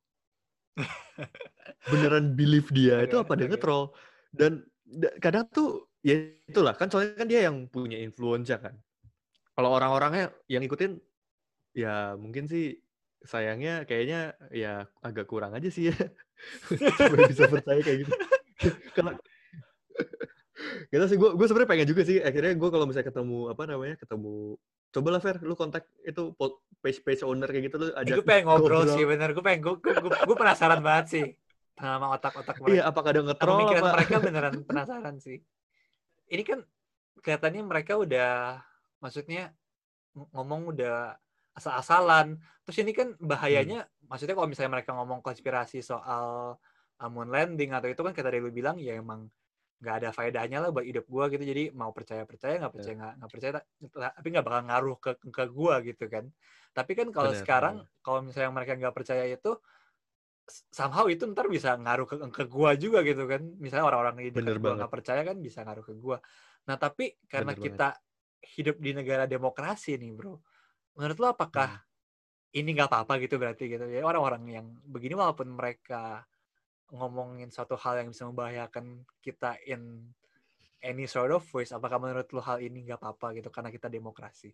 Beneran believe dia itu Oke, apa dia oke. nge-troll? Dan da- kadang tuh ya itulah kan soalnya kan dia yang punya influence kan. Kalau orang-orangnya yang ngikutin ya mungkin sih sayangnya kayaknya ya agak kurang aja sih ya supaya bisa percaya kayak gitu. Kalau gitu sih gue gue sebenarnya pengen juga sih akhirnya gue kalau misalnya ketemu apa namanya ketemu cobalah Fer lu kontak itu po- page page owner kayak gitu lu Eh, gue ajak pengen ngobrol sih, ngobrol. bener. Gue pengen, gue, gue, gue, gue penasaran banget sih sama otak-otak Iya mereka, apakah dia sama nge-troll pemikiran apa? mereka, beneran penasaran sih. Ini kan kelihatannya mereka udah, maksudnya ng- ngomong udah asal-asalan. Terus ini kan Hmm. bahayanya, maksudnya kalau misalnya mereka ngomong konspirasi soal uh, moon landing atau itu kan kayak tadi lu bilang, ya emang nggak ada faedahnya lah buat hidup gue gitu. Jadi mau percaya percaya, nggak percaya nggak nggak percaya, tapi nggak bakal ngaruh ke ke gue gitu kan. Tapi kan kalau Bener sekarang, bener kalau misalnya mereka nggak percaya itu, somehow itu ntar bisa ngaruh ke ke gue juga gitu kan. Misalnya orang-orang di dekat bener gue banget nggak percaya kan, bisa ngaruh ke gue. Nah tapi karena bener banget. kita hidup di negara demokrasi nih bro, menurut lo apakah Hmm. ini nggak apa-apa gitu berarti gitu ya, orang-orang yang begini walaupun mereka ngomongin suatu hal yang bisa membahayakan kita in any sort of ways, apakah menurut lo hal ini nggak apa-apa gitu karena kita demokrasi?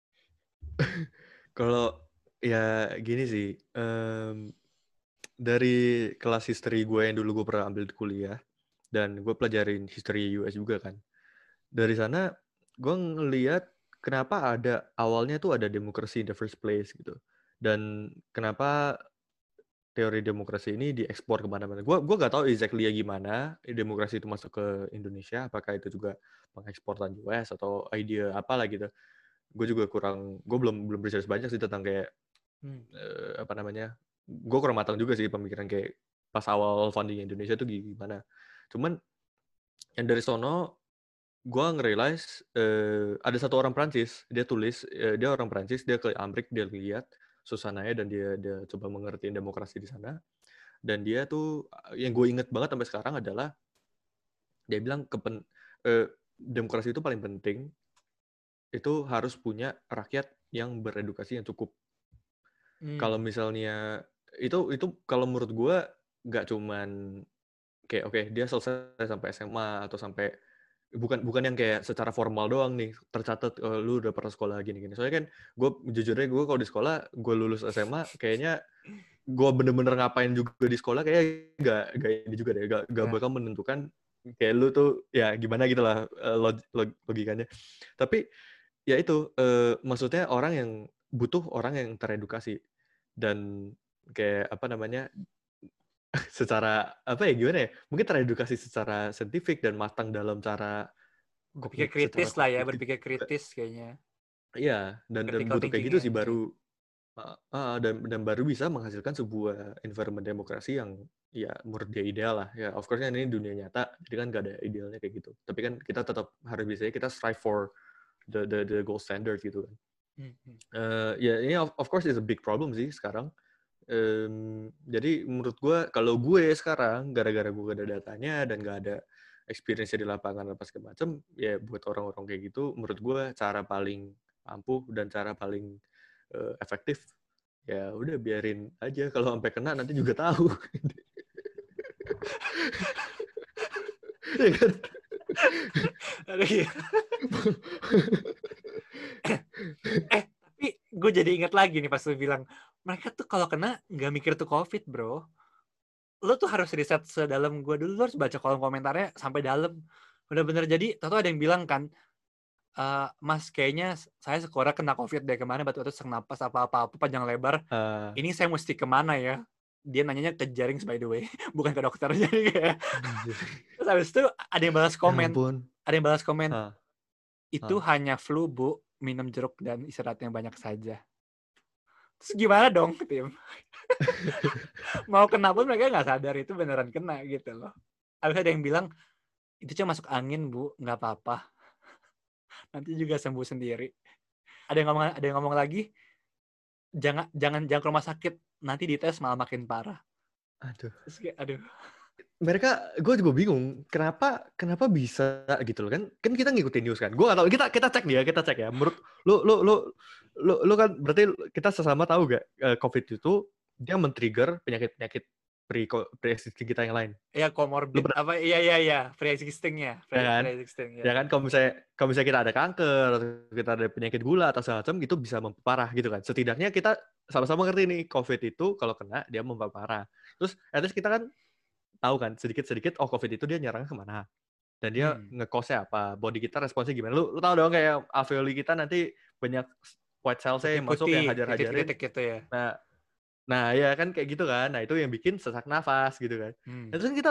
Kalau ya gini sih em, dari kelas history gue yang dulu gue pernah ambil di kuliah dan gue pelajarin history U S juga kan. Dari sana gue ngeliat kenapa ada awalnya tuh ada demokrasi in the first place gitu. Dan kenapa teori demokrasi ini diekspor kemana-mana. Gue gue nggak tahu exactly ya gimana demokrasi itu masuk ke Indonesia. Apakah itu juga pengeksporan U S atau ide apalah gitu. Gue juga kurang, gue belum belum research banyak sih tentang kayak Hmm. eh, apa namanya. Gue kurang matang juga sih pemikiran kayak pas awal founding Indonesia tuh gimana. Cuman yang dari sono gue nge-realize eh, ada satu orang Prancis, dia tulis, eh, dia orang Prancis, dia ke Amrik, dia lihat suasananya dan dia dia coba mengerti demokrasi di sana. Dan dia tuh yang gue inget banget sampai sekarang adalah dia bilang kepen, eh, demokrasi itu paling penting itu harus punya rakyat yang beredukasi yang cukup. Hmm. Kalau misalnya itu itu kalau menurut gue nggak cuman kayak oke okay, dia selesai sampai S M A atau sampai bukan bukan yang kayak secara formal doang nih tercatat oh, lu udah pernah sekolah gini-gini. Soalnya kan gue jujurnya gue kalau di sekolah gue lulus S M A kayaknya gue bener-bener ngapain juga di sekolah kayak gak, gak ini juga deh gak, gak Ya. bakal menentukan kayak lu tuh ya gimana gitu lah log, log, logikanya. Tapi ya itu eh, maksudnya orang yang butuh orang yang teredukasi dan kayak apa namanya secara apa ya gimana ya mungkin teredukasi secara saintifik dan matang dalam cara Berpikir kognit secara kritis lah ya, kognitif berpikir juga. kritis kayaknya. Iya dan dan Critical butuh kayak gitu thinkingnya sih ini ya. baru uh, uh, dan dan baru bisa menghasilkan sebuah environment demokrasi yang ya menurut dia ideal lah ya of course kan ini dunia nyata jadi kan gak ada idealnya kayak gitu tapi kan kita tetap harus bisa kita strive for the the the gold standard gitu kan. Hmm. Hmm. Uh, ya ini of, of course is a big problem sih sekarang. Um, jadi menurut gue kalau gue sekarang gara-gara gue gak ada datanya dan gak ada experience di lapangan apa segala macam ya buat orang-orang kayak gitu menurut gue cara paling ampuh dan cara paling uh, efektif ya udah biarin aja kalau sampai kena nanti juga tahu. Ya kan? Aduh, iya. Eh tapi gue jadi ingat lagi nih pas lu bilang mereka tuh kalau kena nggak mikir tuh COVID bro. Lo tuh harus riset sedalam gue dulu, lo harus baca kolom komentarnya sampai dalam. Bener-bener jadi, tahu ada yang bilang kan, eee, "Mas, kayaknya saya sekolah kena COVID deh kemarin, batuk-batuk, sesak napas, apa-apa apa panjang lebar. Uh, Ini saya mesti kemana ya?" Dia nanyanya ke Jarings by the way, bukan ke dokter. Jadi kayak terus habis itu ada yang balas ya komen ampun. ada yang balas komen, Hah, "Itu hah. hanya flu, Bu. Minum jeruk dan istirahat yang banyak saja." Terus gimana dong, tim? Mau kena pun mereka nggak sadar itu beneran kena gitu loh. Habis ada yang bilang, "Itu cuma masuk angin, Bu, nggak apa-apa. Nanti juga sembuh sendiri." Ada yang ngomong ada yang ngomong lagi, "Jangan jangan jangan ke rumah sakit, nanti dites malah makin parah." Aduh. Terus kayak aduh. Mereka, gue juga bingung, kenapa kenapa bisa gitu loh kan? Kan kita ngikutin news kan. Gue gak tahu, kita kita cek nih ya, kita cek ya. Menurut lu lu lu lu, lu kan berarti kita sesama tahu gak eh, COVID itu dia men-trigger penyakit-penyakit pre pre-existing kita yang lain. Ya Lu comorbid pernah apa iya iya iya, pre-existing ya, ya pre kan? pre-existing ya. Ya kan kalau misalnya kalau misalnya kita ada kanker atau kita ada penyakit gula atau segala macam itu bisa memperparah gitu kan. Setidaknya kita sama-sama ngerti nih COVID itu kalau kena dia memperparah. Terus at least kita kan tahu kan sedikit-sedikit oh COVID itu dia nyerang kemana dan dia Hmm. ngekosnya apa, body kita responsnya gimana. Lu, lu tahu dong kayak alveoli kita nanti banyak white cells-nya yang masuk yang Putih-putih, hajar-hajarin. titik-titik gitu ya. Nah, nah ya kan kayak gitu kan. Nah itu yang bikin sesak nafas gitu kan. Hmm. Nah, terus kan kita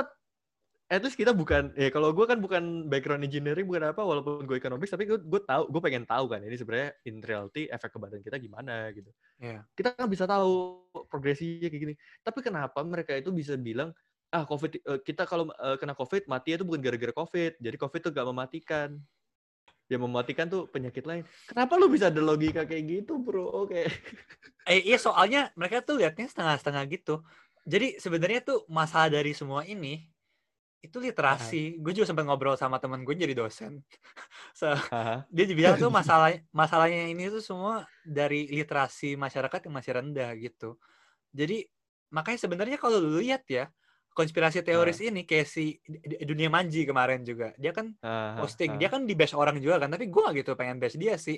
at least kita bukan ya kalau gue kan bukan background engineering bukan apa walaupun gue economics tapi gue gue tahu gue pengen tahu kan ini sebenarnya in reality efek ke badan kita gimana gitu. Yeah. Kita kan bisa tahu progresinya kayak gini. Tapi kenapa mereka itu bisa bilang ah COVID uh, kita kalau uh, kena COVID mati itu bukan gara-gara COVID. Jadi COVID itu gak mematikan. Yang mematikan tuh penyakit lain. Kenapa lu bisa ada logika kayak gitu, Bro? Oke. Okay. Eh iya soalnya mereka tuh liatnya setengah-setengah gitu. Jadi sebenarnya tuh masalah dari semua ini itu literasi. Gue juga sempat ngobrol sama temen gue jadi dosen. So, dia bilang tuh masalah masalahnya ini tuh semua dari literasi masyarakat yang masih rendah gitu. Jadi makanya sebenarnya kalau lu lihat ya konspirasi teoris uh. ini kayak si Dunia Manji kemarin juga dia kan uh, posting uh. dia kan di bash orang juga kan tapi gue gak gitu pengen bash dia sih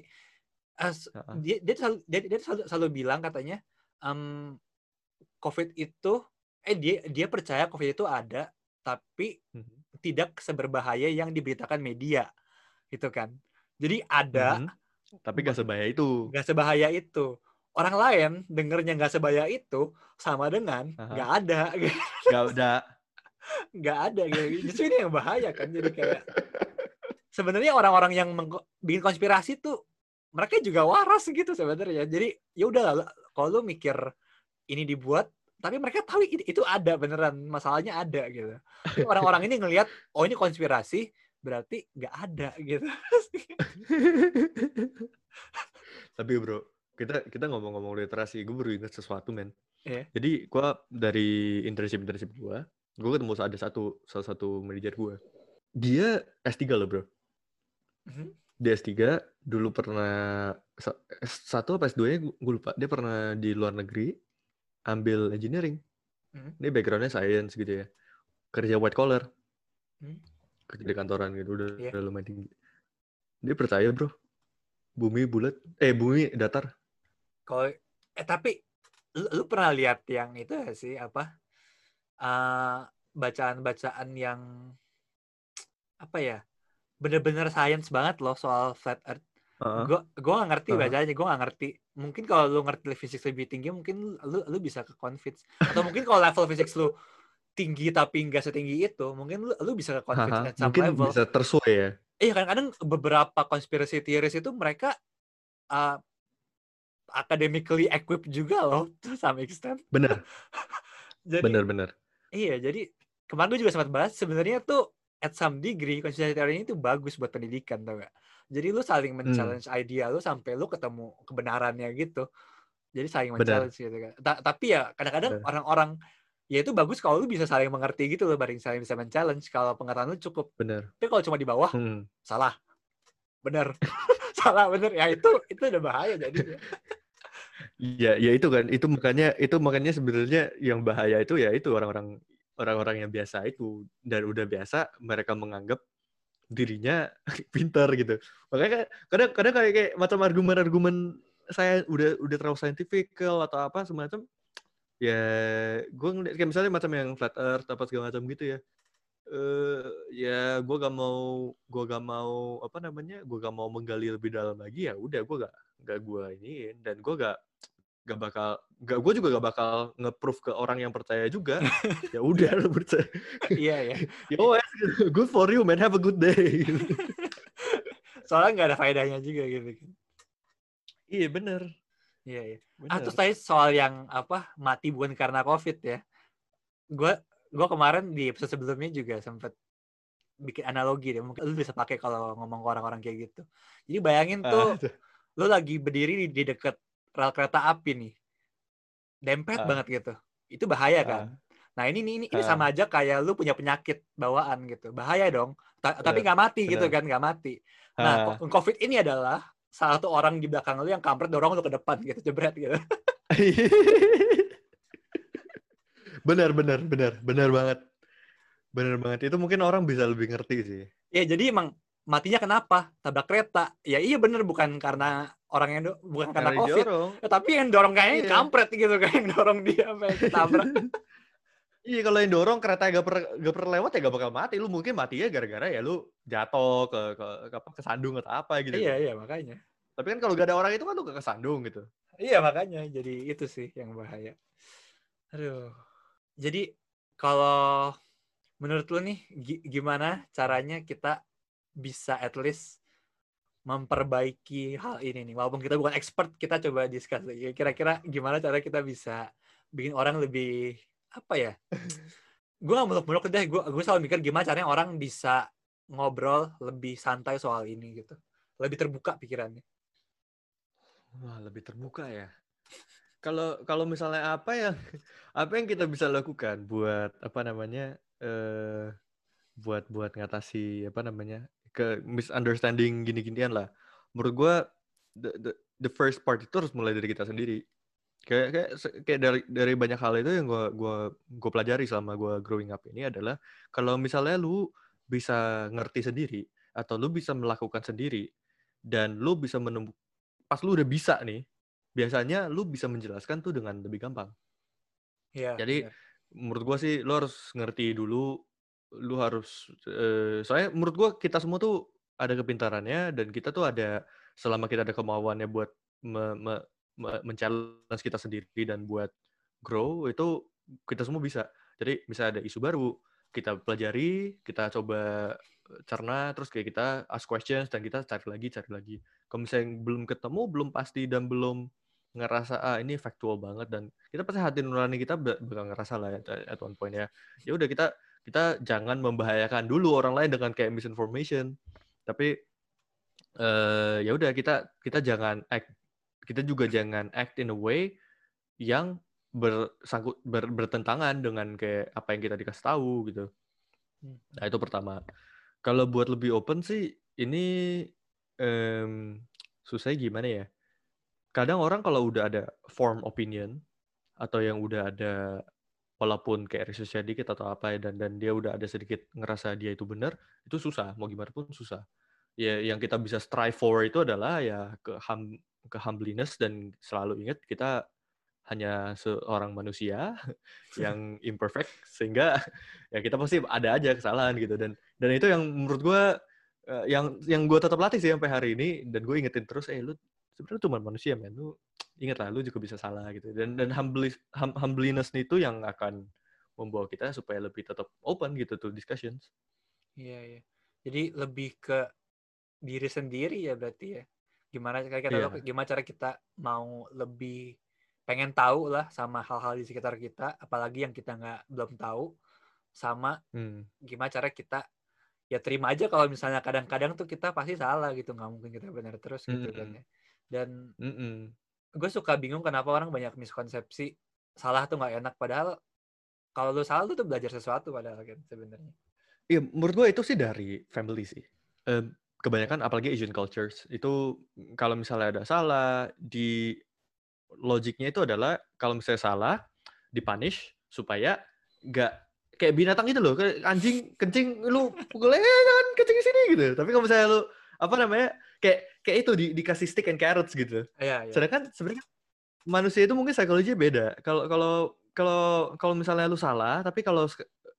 As, uh. dia dia selalu dia, dia selalu, selalu bilang katanya um, COVID itu eh dia dia percaya COVID itu ada tapi uh-huh. tidak seberbahaya yang diberitakan media gitu kan jadi ada uh-huh. tapi gak sebahaya itu gak sebahaya itu orang lain dengernya nggak sebahaya itu sama dengan nggak uh-huh. ada nggak ada nggak ada gitu justru ini yang bahaya kan jadi kayak sebenarnya orang-orang yang meng- bikin konspirasi tuh mereka juga waras gitu sebenarnya jadi ya udah kalau lu mikir ini dibuat tapi mereka tahu itu ada beneran masalahnya ada gitu tapi orang-orang ini ngelihat oh ini konspirasi berarti nggak ada gitu tapi bro kita kita ngomong-ngomong literasi gue baru ingat sesuatu men yeah. jadi gue dari internship internship gue gue ketemu ada satu salah satu manajer gue dia S tiga loh bro mm-hmm. Dia S tiga dulu pernah S satu apa S dua nya gue lupa dia pernah di luar negeri ambil engineering mm-hmm. Dia backgroundnya science gitu ya kerja white collar mm-hmm. Kerja di kantoran gitu udah, yeah. Udah lumayan tinggi dia percaya bro bumi bulat eh bumi datar. Kalau eh tapi lu, lu pernah lihat yang itu ya sih apa uh, bacaan-bacaan yang apa ya bener-bener science banget loh soal flat earth. Uh-huh. Gue gue nggak ngerti uh-huh. bacanya gue nggak ngerti. Mungkin kalau lu ngerti fisik lebih tinggi mungkin lu lu bisa ke convince atau mungkin kalau level fisik lu tinggi tapi nggak setinggi itu mungkin lu lu bisa ke convince uh-huh. at some mungkin level. Bisa tersuai ya. Iya kadang-kadang beberapa conspiracy theories itu mereka uh, academically equipped juga loh to some extent. Bener. Jadi, bener-bener. Iya, jadi kemarin gue juga sempat bahas sebenarnya tuh at some degree konspirasi teori ini tuh bagus buat pendidikan tau gak? Jadi lu saling men-challenge hmm. idea lu sampai lu ketemu kebenarannya gitu. Jadi saling men-challenge gitu kan. Ta- tapi ya kadang-kadang Bener. Orang-orang ya itu bagus kalau lu bisa saling mengerti gitu loh bareng saling bisa men-challenge kalau pengetahuan lu cukup. Bener. Tapi kalau cuma di bawah hmm. salah. Bener. Salah bener ya itu itu udah bahaya jadinya. Iya, ya itu kan, itu makanya itu makanya sebenarnya yang bahaya itu ya itu orang-orang orang-orang yang biasa itu dan udah biasa mereka menganggap dirinya pintar gitu. Makanya kadang-kadang kayak, kayak macam argumen-argumen saya udah udah terlalu scientifical atau apa semacam ya gue ngeliat kayak misalnya macam yang flat earth apa segala macam gitu ya. eh ya gue gak mau gue gak mau apa namanya gue gak mau menggali lebih dalam lagi, ya udah gue gak gak gue iniin, dan gue gak gak bakal gak gue juga gak bakal nge-proof ke orang yang percaya juga. Ya udah Iya. lu percaya. Iya ya. Yo, good for you man, have a good day. Soalnya nggak ada faedahnya juga gitu kan. Iya bener. Iya iya. Bener. Ah terus tadi soal yang apa mati bukan karena COVID ya. Gue gue kemarin di episode sebelumnya juga sempat bikin analogi deh, mungkin lu bisa pakai kalau ngomong ke orang-orang kayak gitu. Jadi bayangin tuh, Ah, lu lagi berdiri di, di deket rel kereta api nih, dempet ah, banget gitu, itu bahaya kan. ah, Nah ini ini ini ah. sama aja kayak lu punya penyakit bawaan gitu, bahaya dong. Ta- tapi Bener, nggak mati gitu bener. kan, nggak mati. Nah Ah. ko- COVID ini adalah salah satu orang di belakang lu yang kampret dorong lu ke depan gitu, jebret gitu. bener bener bener bener banget. Bener banget. Itu mungkin orang bisa lebih ngerti sih. Ya jadi emang matinya kenapa? Tabrak kereta. Ya iya bener, bukan karena orang yang do- bukan karena, Karena COVID. didorong. Ya, tapi yang dorong kayaknya Iya. kampret gitu kan, yang dorong dia sampai ketabrak. Iya, kalau yang dorong kereta gak pernah gak pernah lewat ya gak bakal mati. Lu mungkin matinya gara-gara ya lu jatuh ke ke, ke apa kesandung atau apa gitu. Iya iya makanya. Tapi kan kalau gak ada orang itu kan lu gak kesandung gitu. Iya makanya. Jadi itu sih yang bahaya. Aduh. Jadi kalau menurut lu nih gi- gimana caranya kita bisa at least memperbaiki hal ini nih, walaupun kita bukan expert, kita coba discuss lagi. Kira-kira gimana cara kita bisa bikin orang lebih apa ya? Gue gak muluk-muluk deh. Gue gue selalu mikir gimana caranya orang bisa ngobrol lebih santai soal ini gitu, lebih terbuka pikirannya. Wah, lebih terbuka ya. Kalau kalau misalnya apa yang apa yang kita bisa lakukan buat apa namanya eh buat buat ngatasi apa namanya ke misunderstanding gini-ginian lah. Menurut gue the, the the first part itu harus mulai dari kita sendiri. Kayak kayak kayak dari dari banyak hal itu yang gue gua gue pelajari selama gue growing up ini adalah kalau misalnya lu bisa ngerti sendiri atau lu bisa melakukan sendiri dan lu bisa menemukan pas lu udah bisa nih, biasanya lu bisa menjelaskan tuh dengan lebih gampang. Iya. Jadi Bener. menurut gue sih lu harus ngerti dulu, lu harus eh, soalnya menurut gue kita semua tuh ada kepintarannya dan kita tuh ada selama kita ada kemauannya buat me, me, me, men-challenge kita sendiri dan buat grow itu kita semua bisa. Jadi bisa ada isu baru, kita pelajari, kita coba cerna, terus kayak kita ask questions dan kita cari lagi, cari lagi. Kalau misalnya belum ketemu, belum pasti dan belum ngerasa ah ini factual banget dan kita pasti hati nurani kita bakal ngerasa lah at one point ya. Ya udah kita kita jangan membahayakan dulu orang lain dengan kayak misinformation. Tapi uh, ya udah kita kita jangan act kita juga jangan act in a way yang bersangkut ber, bertentangan dengan kayak apa yang kita dikasih tahu gitu. Nah itu pertama. Kalau buat lebih open sih ini um, susahnya gimana ya? Kadang orang kalau udah ada form opinion atau yang udah ada walaupun kayak research dikit atau apa ya dan dan dia udah ada sedikit ngerasa dia itu benar, itu susah, mau gimana pun susah. Ya yang kita bisa strive for itu adalah ya ke hum, ke humbliness dan selalu ingat kita hanya seorang manusia yang imperfect sehingga ya kita pasti ada aja kesalahan gitu dan dan itu yang menurut gue uh, yang yang gue tetap latih sih sampai hari ini dan gue ingetin terus eh lu sebenarnya cuma manusia men, lu ingat lah lu juga bisa salah gitu dan dan humbly, hum, humbliness itu yang akan membawa kita supaya lebih tetap open gitu to discussions. Iya iya. Jadi lebih ke diri sendiri ya berarti ya. Gimana cara kita Iya. gimana cara kita mau lebih pengen tahu lah sama hal-hal di sekitar kita, apalagi yang kita nggak belum tahu, sama hmm. gimana cara kita ya terima aja kalau misalnya kadang-kadang tuh kita pasti salah gitu, nggak mungkin kita benar terus gitu mm-hmm. kan ya. Dan mm-hmm. gue suka bingung kenapa orang banyak miskonsepsi salah tuh nggak enak, padahal kalau lu salah lu tuh belajar sesuatu padahal kan sebenarnya. Iya, menurut gue itu sih dari family sih. Uh, kebanyakan apalagi Asian cultures itu kalau misalnya ada salah di logiknya itu adalah kalau misalnya salah dipunish supaya nggak kayak binatang gitu loh, kayak anjing kencing lu pukulnya jangan kencing di sini gitu. Tapi kalau misalnya lu apa namanya kayak kayak itu di, dikasih stick and carrots gitu. Iya, iya. Sedangkan sebenarnya manusia itu mungkin psikologinya beda. Kalau kalau kalau kalau misalnya lu salah, tapi kalau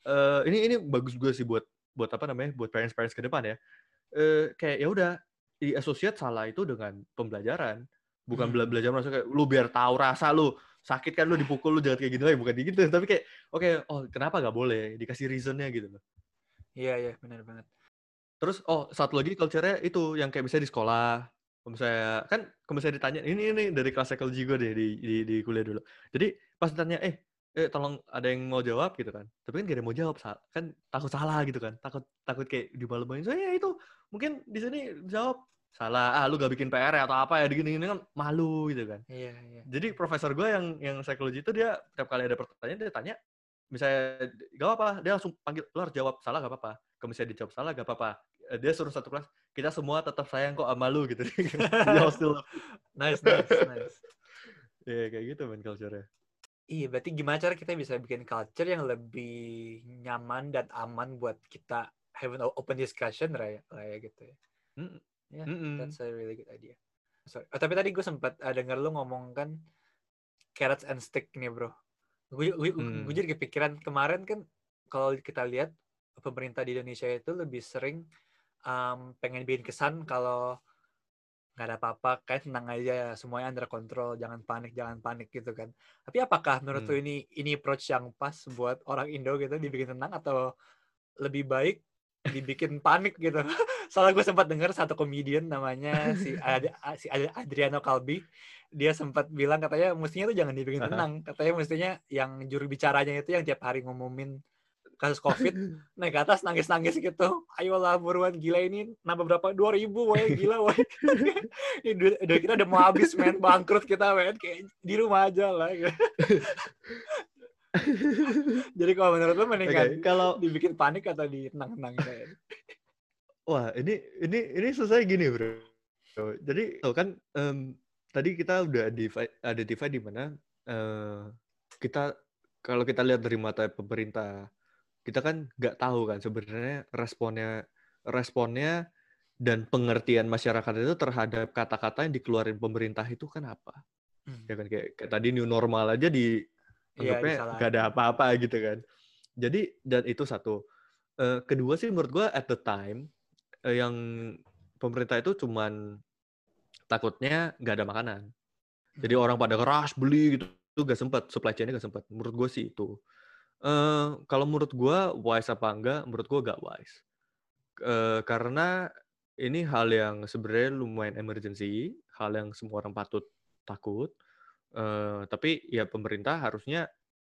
uh, ini ini bagus juga sih buat buat apa namanya buat parents-parents ke depan ya. Uh, kayak ya udah di associate salah itu dengan pembelajaran, bukan Hmm. belajar maksudnya kayak lu biar tahu rasa lu sakit kan lu dipukul lu jangan kayak gini lagi, bukan gitu, tapi kayak oke okay, oh kenapa nggak boleh dikasih reasonnya gitu loh. Iya iya benar banget. Terus oh satu lagi culture-nya itu yang kayak misalnya di sekolah, kalau misalnya kan kalau misalnya ditanya ini ini dari kelas psikologi gue deh di, di di kuliah dulu. Jadi pas ditanya eh eh tolong ada yang mau jawab gitu kan, tapi kan gak ada yang mau jawab kan takut salah gitu kan, takut takut kayak dimalu-maluin. So ya itu mungkin di sini jawab salah, ah lu gak bikin P R atau apa ya gini gini kan malu gitu kan. Iya iya. Jadi profesor gue yang yang psikologi itu dia tiap kali ada pertanyaan dia tanya, misalnya gak apa-apa, dia langsung panggil lu harus jawab salah gak apa-apa. Kalau misalnya dijawab salah gak apa-apa. Dia suruh satu kelas, kita semua tetap sayang kok sama lu gitu. Nice nice nice. Ya kayak gitu man culture-nya. Iya, berarti gimana cara kita bisa bikin culture yang lebih nyaman dan aman buat kita have an open discussion, Raya, Raya gitu ya. Mm. Ya, yeah, Mm-mm. that's a really good idea. Sorry. Oh, tapi tadi gue sempat uh, denger lu ngomong kan carrots and stick nih, bro. Gue gue Mm. gue jadi kepikiran kemarin kan kalau kita lihat pemerintah di Indonesia itu lebih sering um, pengen bikin kesan kalau nggak ada apa-apa, kayak tenang aja, semuanya under control, jangan panik, jangan panik gitu kan. Tapi apakah menurut Hmm. lu ini ini approach yang pas buat orang Indo gitu, dibikin tenang atau lebih baik dibikin panik gitu? Soalnya gue sempat dengar satu komedian namanya si Ad- si Ad- Adriano Calbi, dia sempat bilang katanya mestinya tuh jangan dibikin Aha. tenang, katanya mestinya yang juru bicaranya itu yang tiap hari ngumumin kasus COVID naik ke atas nangis-nangis gitu, ayolah buruan, gila ini nambah berapa dua ribu woy, gila woy. Ini duit, duit kita udah mau habis men, bangkrut kita men, kayak di rumah aja lah gitu. Jadi kalau menurut lo mendingan okay, kalau dibikin panik atau ditenang-tenangin aja? Wah ini ini ini selesai gini bro. Jadi tuh kan um, tadi kita udah identify di mana uh, kita kalau kita lihat dari mata pemerintah, kita kan nggak tahu kan sebenarnya responnya responnya dan pengertian masyarakat itu terhadap kata-kata yang dikeluarin pemerintah itu kan apa. Hmm. Ya kan kayak, kayak tadi new normal aja di anggapnya nggak ada apa-apa gitu kan. Jadi dan itu satu. Uh, kedua sih menurut gue at the time uh, yang pemerintah itu cuman takutnya nggak ada makanan. Jadi hmm. orang pada keras beli gitu, itu nggak sempat, supply chain-nya nggak sempat. Menurut gue sih itu. Uh, kalau menurut gue wise apa enggak, menurut gue nggak wise. Uh, karena ini hal yang sebenarnya lumayan emergency, hal yang semua orang patut takut. Uh, tapi ya pemerintah harusnya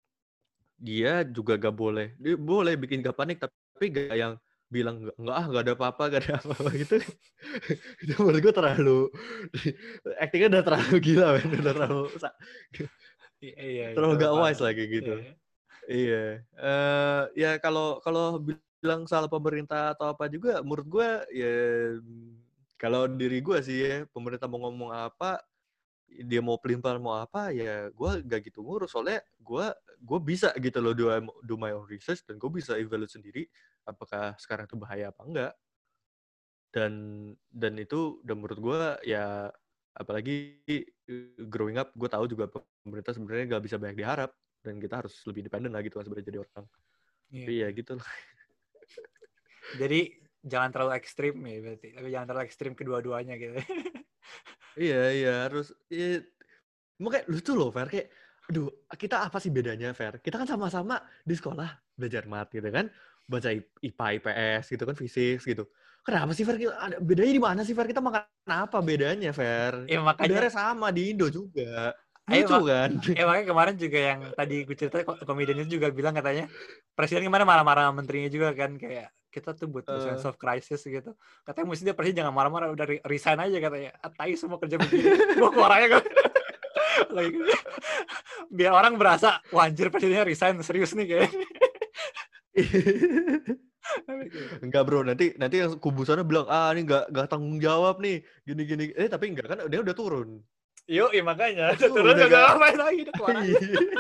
dia juga gak boleh, dia boleh bikin gak panik, tapi gak yang bilang nggak ah nggak ada apa-apa, nggak ada apa-apa gitu. Itu menurut gue terlalu, actingnya udah terlalu gila, man. Udah terlalu iya, iya, terlalu iya, gak paham. wise lagi gitu. Iya, iya. Uh, ya kalau kalau bilang salah pemerintah atau apa juga, menurut gue ya kalau diri gue sih ya, pemerintah mau ngomong apa, dia mau pelin-pelan mau apa ya gue gak gitu ngurus, soalnya gue gue bisa gitu loh do, do my own research dan gue bisa evaluate sendiri apakah sekarang itu bahaya apa enggak, dan dan itu udah menurut gue ya, apalagi growing up gue tahu juga pemerintah sebenarnya gak bisa banyak diharap dan kita harus lebih independen lah gitu kan sebenarnya jadi orang. Yeah. Tapi ya gitu lah. Jadi jangan terlalu ekstrim ya berarti, tapi jangan terlalu ekstrim kedua-duanya gitu. Iya, iya, harus. Iya. Makanya lucu loh, Fer. Kayak, aduh, kita apa sih bedanya, Fer? Kita kan sama-sama di sekolah belajar mat gitu kan. Baca I P A, I P S gitu kan, fisik gitu. Kenapa sih, Fer? Ada bedanya di mana sih, Fer? Kita makan apa bedanya, Fer? Ya, makanya... Udaranya sama di Indo juga. Lucu Ayo, kan? Ya makanya kemarin juga yang tadi gue cerita, komedian itu juga bilang katanya, presiden gimana marah-marah menterinya juga kan, kayak kita tuh butuh uh, sense of crisis gitu. Katanya mesti dia presiden jangan marah-marah, udah resign aja katanya. Atai semua kerja begini. Gue keluar aja kan. Lagi, biar orang berasa, wah anjir presidennya resign, serius nih kayaknya. Enggak bro, nanti nanti yang kubu sana bilang, ah ini nggak nggak tanggung jawab nih, gini-gini. Eh tapi enggak kan, dia udah turun. Yuk, iya makanya. Udah turun, udah gak ngapain lagi, udah keluar aja.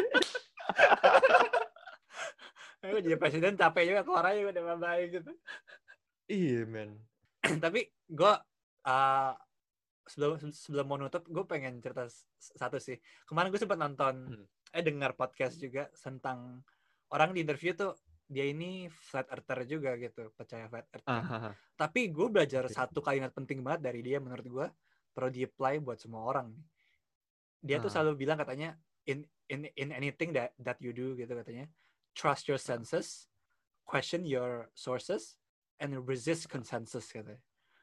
Aku jadi presiden capek juga, keluar aja udah bye-bye gitu. Iya, men. Tapi gue, uh, sebelum sebelum mau nutup, gue pengen cerita satu sih. Kemarin gue sempat nonton, hmm. eh dengar podcast juga tentang orang di interview tuh, dia ini flat earther juga gitu, percaya flat earth kan. Ah, Tapi gue belajar Oke. satu kalimat penting banget dari dia menurut gue, perlu di-apply buat semua orang nih. Dia tuh Ah. selalu bilang katanya in in in anything that that you do gitu katanya, trust your senses, question your sources, and resist consensus katanya.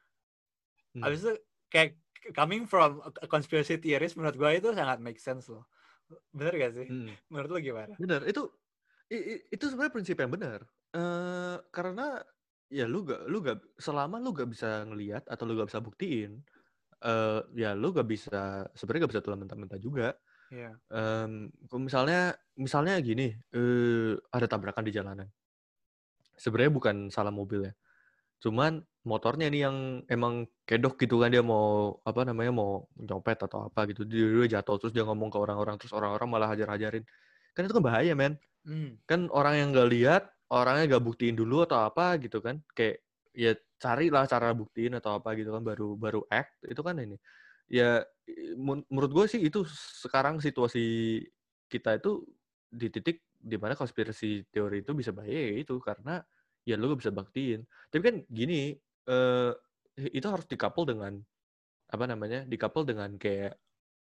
Hmm. Abis itu kayak coming from a conspiracy theories menurut gue itu sangat make sense loh. Bener gak sih? Hmm. Menurut lo gimana? Bener, itu i- i- itu sebenarnya prinsip yang benar. Eh karena ya lu gak lu gak selama lu gak bisa ngelihat atau lu gak bisa buktiin, eh ya lu gak bisa sebenarnya gak bisa telan mentah-mentah juga. Iya. Em, kalau misalnya misalnya gini, eh ada tabrakan di jalanan. Sebenarnya bukan salah mobilnya. Cuman motornya nih yang emang kedok gitu kan, dia mau apa namanya mau nyopet atau apa gitu. Dia, dia jatuh terus dia ngomong ke orang-orang, terus orang-orang malah hajar-hajarin. Kan itu kan bahaya, men. Hmm. Kan orang yang nggak lihat, orangnya nggak buktiin dulu atau apa gitu kan. Kayak ya carilah cara buktiin atau apa gitu kan, baru baru act itu kan ini. Ya mun- menurut gue sih itu sekarang situasi kita itu di titik dimana konspirasi teori itu bisa bahaya ya itu karena ya lu gak bisa buktiin. Tapi kan gini, eh itu harus dikapel dengan apa namanya? Dikapel dengan kayak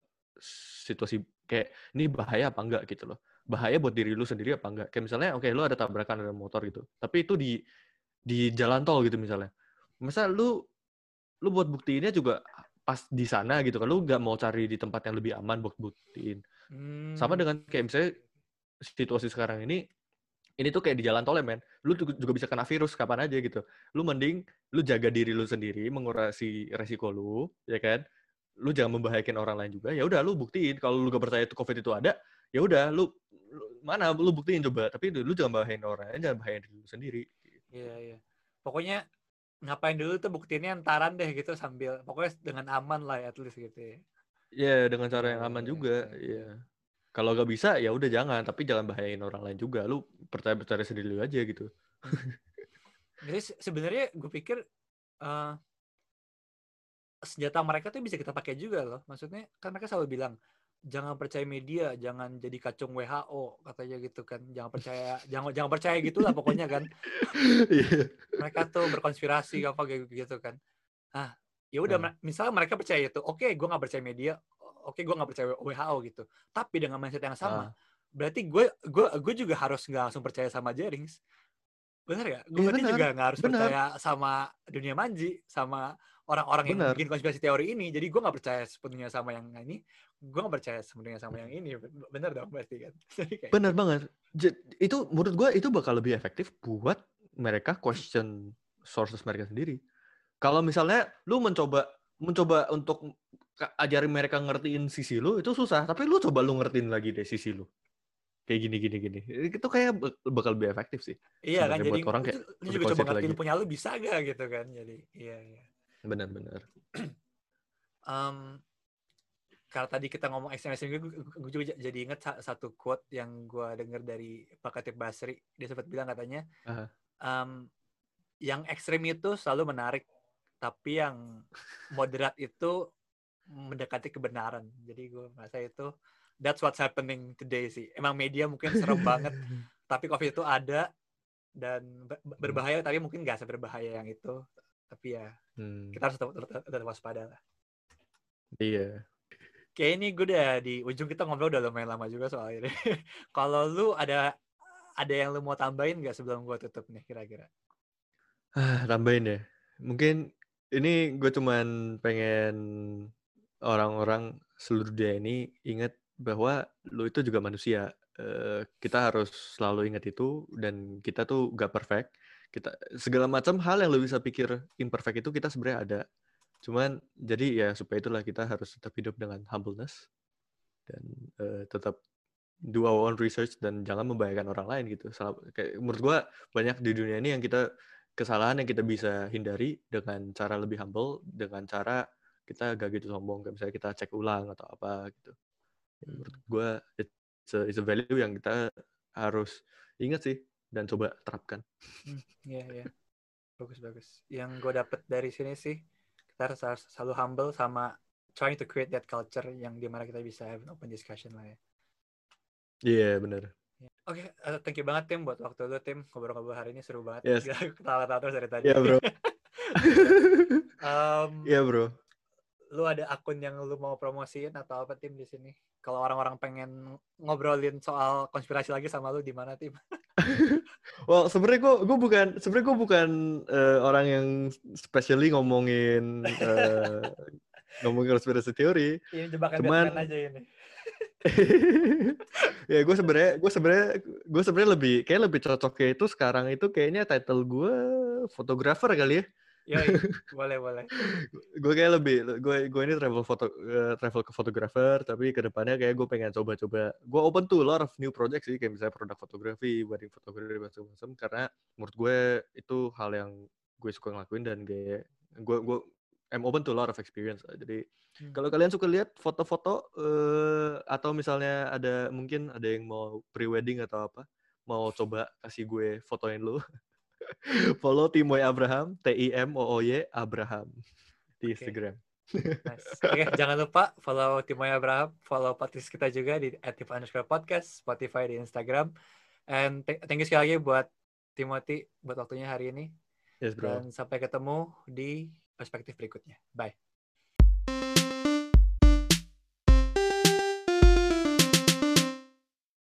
situasi kayak ini bahaya apa enggak gitu loh. Bahaya buat diri lu sendiri apa enggak? Kayak misalnya oke lu ada tabrakan ada motor gitu. Tapi itu di di jalan tol gitu misalnya. Masa lu lu buat buktiinnya juga pas di sana gitu kan. Lu nggak mau cari di tempat yang lebih aman buat buktiin. Sama Hmm. dengan kayak misalnya situasi sekarang ini, ini tuh kayak di jalan tol ya, men. Lu juga bisa kena virus kapan aja gitu. Lu mending lu jaga diri lu sendiri, mengurangi resiko lu, ya kan? Lu jangan membahayakan orang lain juga. Ya udah lu buktiin kalau lu gak percaya itu COVID itu ada, ya udah lu, lu mana lu buktiin coba, tapi lu jangan bahayain orang lain, jangan bahayain diri lu sendiri. Iya, iya. Pokoknya ngapain dulu tuh buktiinnya antaran deh gitu sambil pokoknya dengan aman lah at least gitu ya. Ya dengan cara Iya, yang iya, aman iya, juga, iya, iya. ya. Kalau gak bisa ya udah jangan, tapi jangan bahayain orang lain juga. Lu percaya-percaya sendiri lu aja gitu. Hmm. Jadi se- sebenarnya gue pikir eh, senjata mereka tuh bisa kita pakai juga loh. Maksudnya kan mereka selalu bilang jangan percaya media, jangan jadi kacung W H O katanya gitu kan. Jangan percaya, jangan jangan percaya gitulah pokoknya kan. Iya. Mereka tuh berkonspirasi apa kayak gitu kan. Ah, ya udah Nah, misalnya mereka percaya itu. Oke, gue nggak percaya media. Oke, gue nggak percaya W H O gitu. Tapi dengan mindset yang sama, ah. berarti gue gue gue juga harus nggak langsung percaya sama Jerings. Bener ya? Gue Iya berarti benar, juga nggak harus benar, percaya sama dunia manji, sama orang-orang yang benar, bikin konspirasi teori ini. Jadi gue nggak percaya sepenuhnya sama yang ini, gue nggak percaya sepenuhnya sama yang ini. Bener dong berarti kan? Jadi kayak, benar banget. J- itu menurut gue itu bakal lebih efektif buat mereka question sources mereka sendiri. Kalau misalnya lu mencoba mencoba untuk ka- ajarin mereka ngertiin sisi lu itu susah, tapi lu coba lu ngertiin lagi deh sisi lu. Kayak gini gini gini. Itu kayak bak- bakal lebih efektif sih. iya kan? Sebenarnya Jadi buat orang itu, kayak lu lebih juga coba konsisten ngertiin lagi. punya lu bisa gak gitu kan? Jadi iya iya. Benar-benar. Um, Kalau tadi kita ngomong ekstremisme, gue, gue juga jadi inget satu quote yang gue denger dari Pak Khatib Basri. Dia sempat bilang katanya, Aha. um, yang ekstrim itu selalu menarik, tapi yang moderat itu mendekati kebenaran. Jadi gue merasa itu that's what's happening today sih. Emang media mungkin serem banget, tapi COVID itu ada dan berbahaya, tapi mungkin nggak seberbahaya yang itu. Tapi ya Hmm. kita harus tetap, tetap, tetap waspada lah. Iya. Kayak ini gue udah di ujung, kita ngobrol udah lumayan lama juga soal ini. Kalau lu ada ada yang lu mau tambahin nggak sebelum gue tutup nih kira-kira? Ah, tambahin ya. Mungkin ini gue cuman pengen orang-orang seluruh dunia ini ingat bahwa lu itu juga manusia. Eh, kita harus selalu ingat itu dan kita tuh gak perfect. Kita segala macam hal yang lu bisa pikir imperfect itu kita sebenarnya ada. Cuman jadi ya supaya itulah kita harus tetap hidup dengan humbleness dan eh, tetap do our own research dan jangan membahayakan orang lain gitu. Salah, kayak menurut gua banyak di dunia ini yang kita kesalahan yang kita bisa hindari dengan cara lebih humble, dengan cara kita gak gitu sombong, kayak misalnya kita cek ulang atau apa gitu. Ya, Hmm. menurut gua it's a, it's a value yang kita harus ingat sih dan coba terapkan. Hmm, iya iya. Bagus bagus. Yang gue dapet dari sini sih, kita harus, harus selalu humble sama trying to create that culture yang dimana kita bisa have an open discussion lah ya. Iya yeah, benar. Oke, okay, thank you banget Tim buat waktu lu Tim, ngobrol-ngobrol hari ini seru banget. Yes. Ketawa-ketawa terus dari tadi. Iya, bro. um, Iya, bro. Lu ada akun yang lu mau promosiin atau apa Tim di sini? Kalau orang-orang pengen ngobrolin soal konspirasi lagi sama lu di mana Tim? Well, sebenarnya gue gue bukan sebenarnya gue bukan uh, orang yang specially ngomongin uh, ngomongin konspirasi teori. Ini jebakan Cuman Batman aja ini. ya gue sebenarnya gue sebenarnya gue sebenarnya lebih kayak lebih cocoknya itu sekarang itu kayaknya title gue fotografer kali ya. Ya, boleh boleh. Gue kayak lebih gue gue ini travel foto uh, travel ke fotografer, tapi kedepannya kayak gue pengen coba-coba. Gue open to a lot of new project sih, kayak misalnya produk fotografi, wedding fotografi macam-macam, karena menurut gue itu hal yang gue suka ngelakuin dan kayak gue gue I'm open to a lot of experience. Jadi hmm. kalau kalian suka lihat foto-foto uh, atau misalnya ada mungkin ada yang mau pre-wedding atau apa, mau coba kasih gue fotoin lu. Follow Timoy Abraham, T I M O O Y Abraham di okay. Instagram. Nice. Oke, okay, jangan lupa follow Timoy Abraham, follow podcast kita juga di at tif underscore podcast, Spotify, di Instagram. And th- thank you sekali lagi buat Timothy buat waktunya hari ini. Yes, bro. Dan sampai ketemu di perspektif berikutnya. Bye.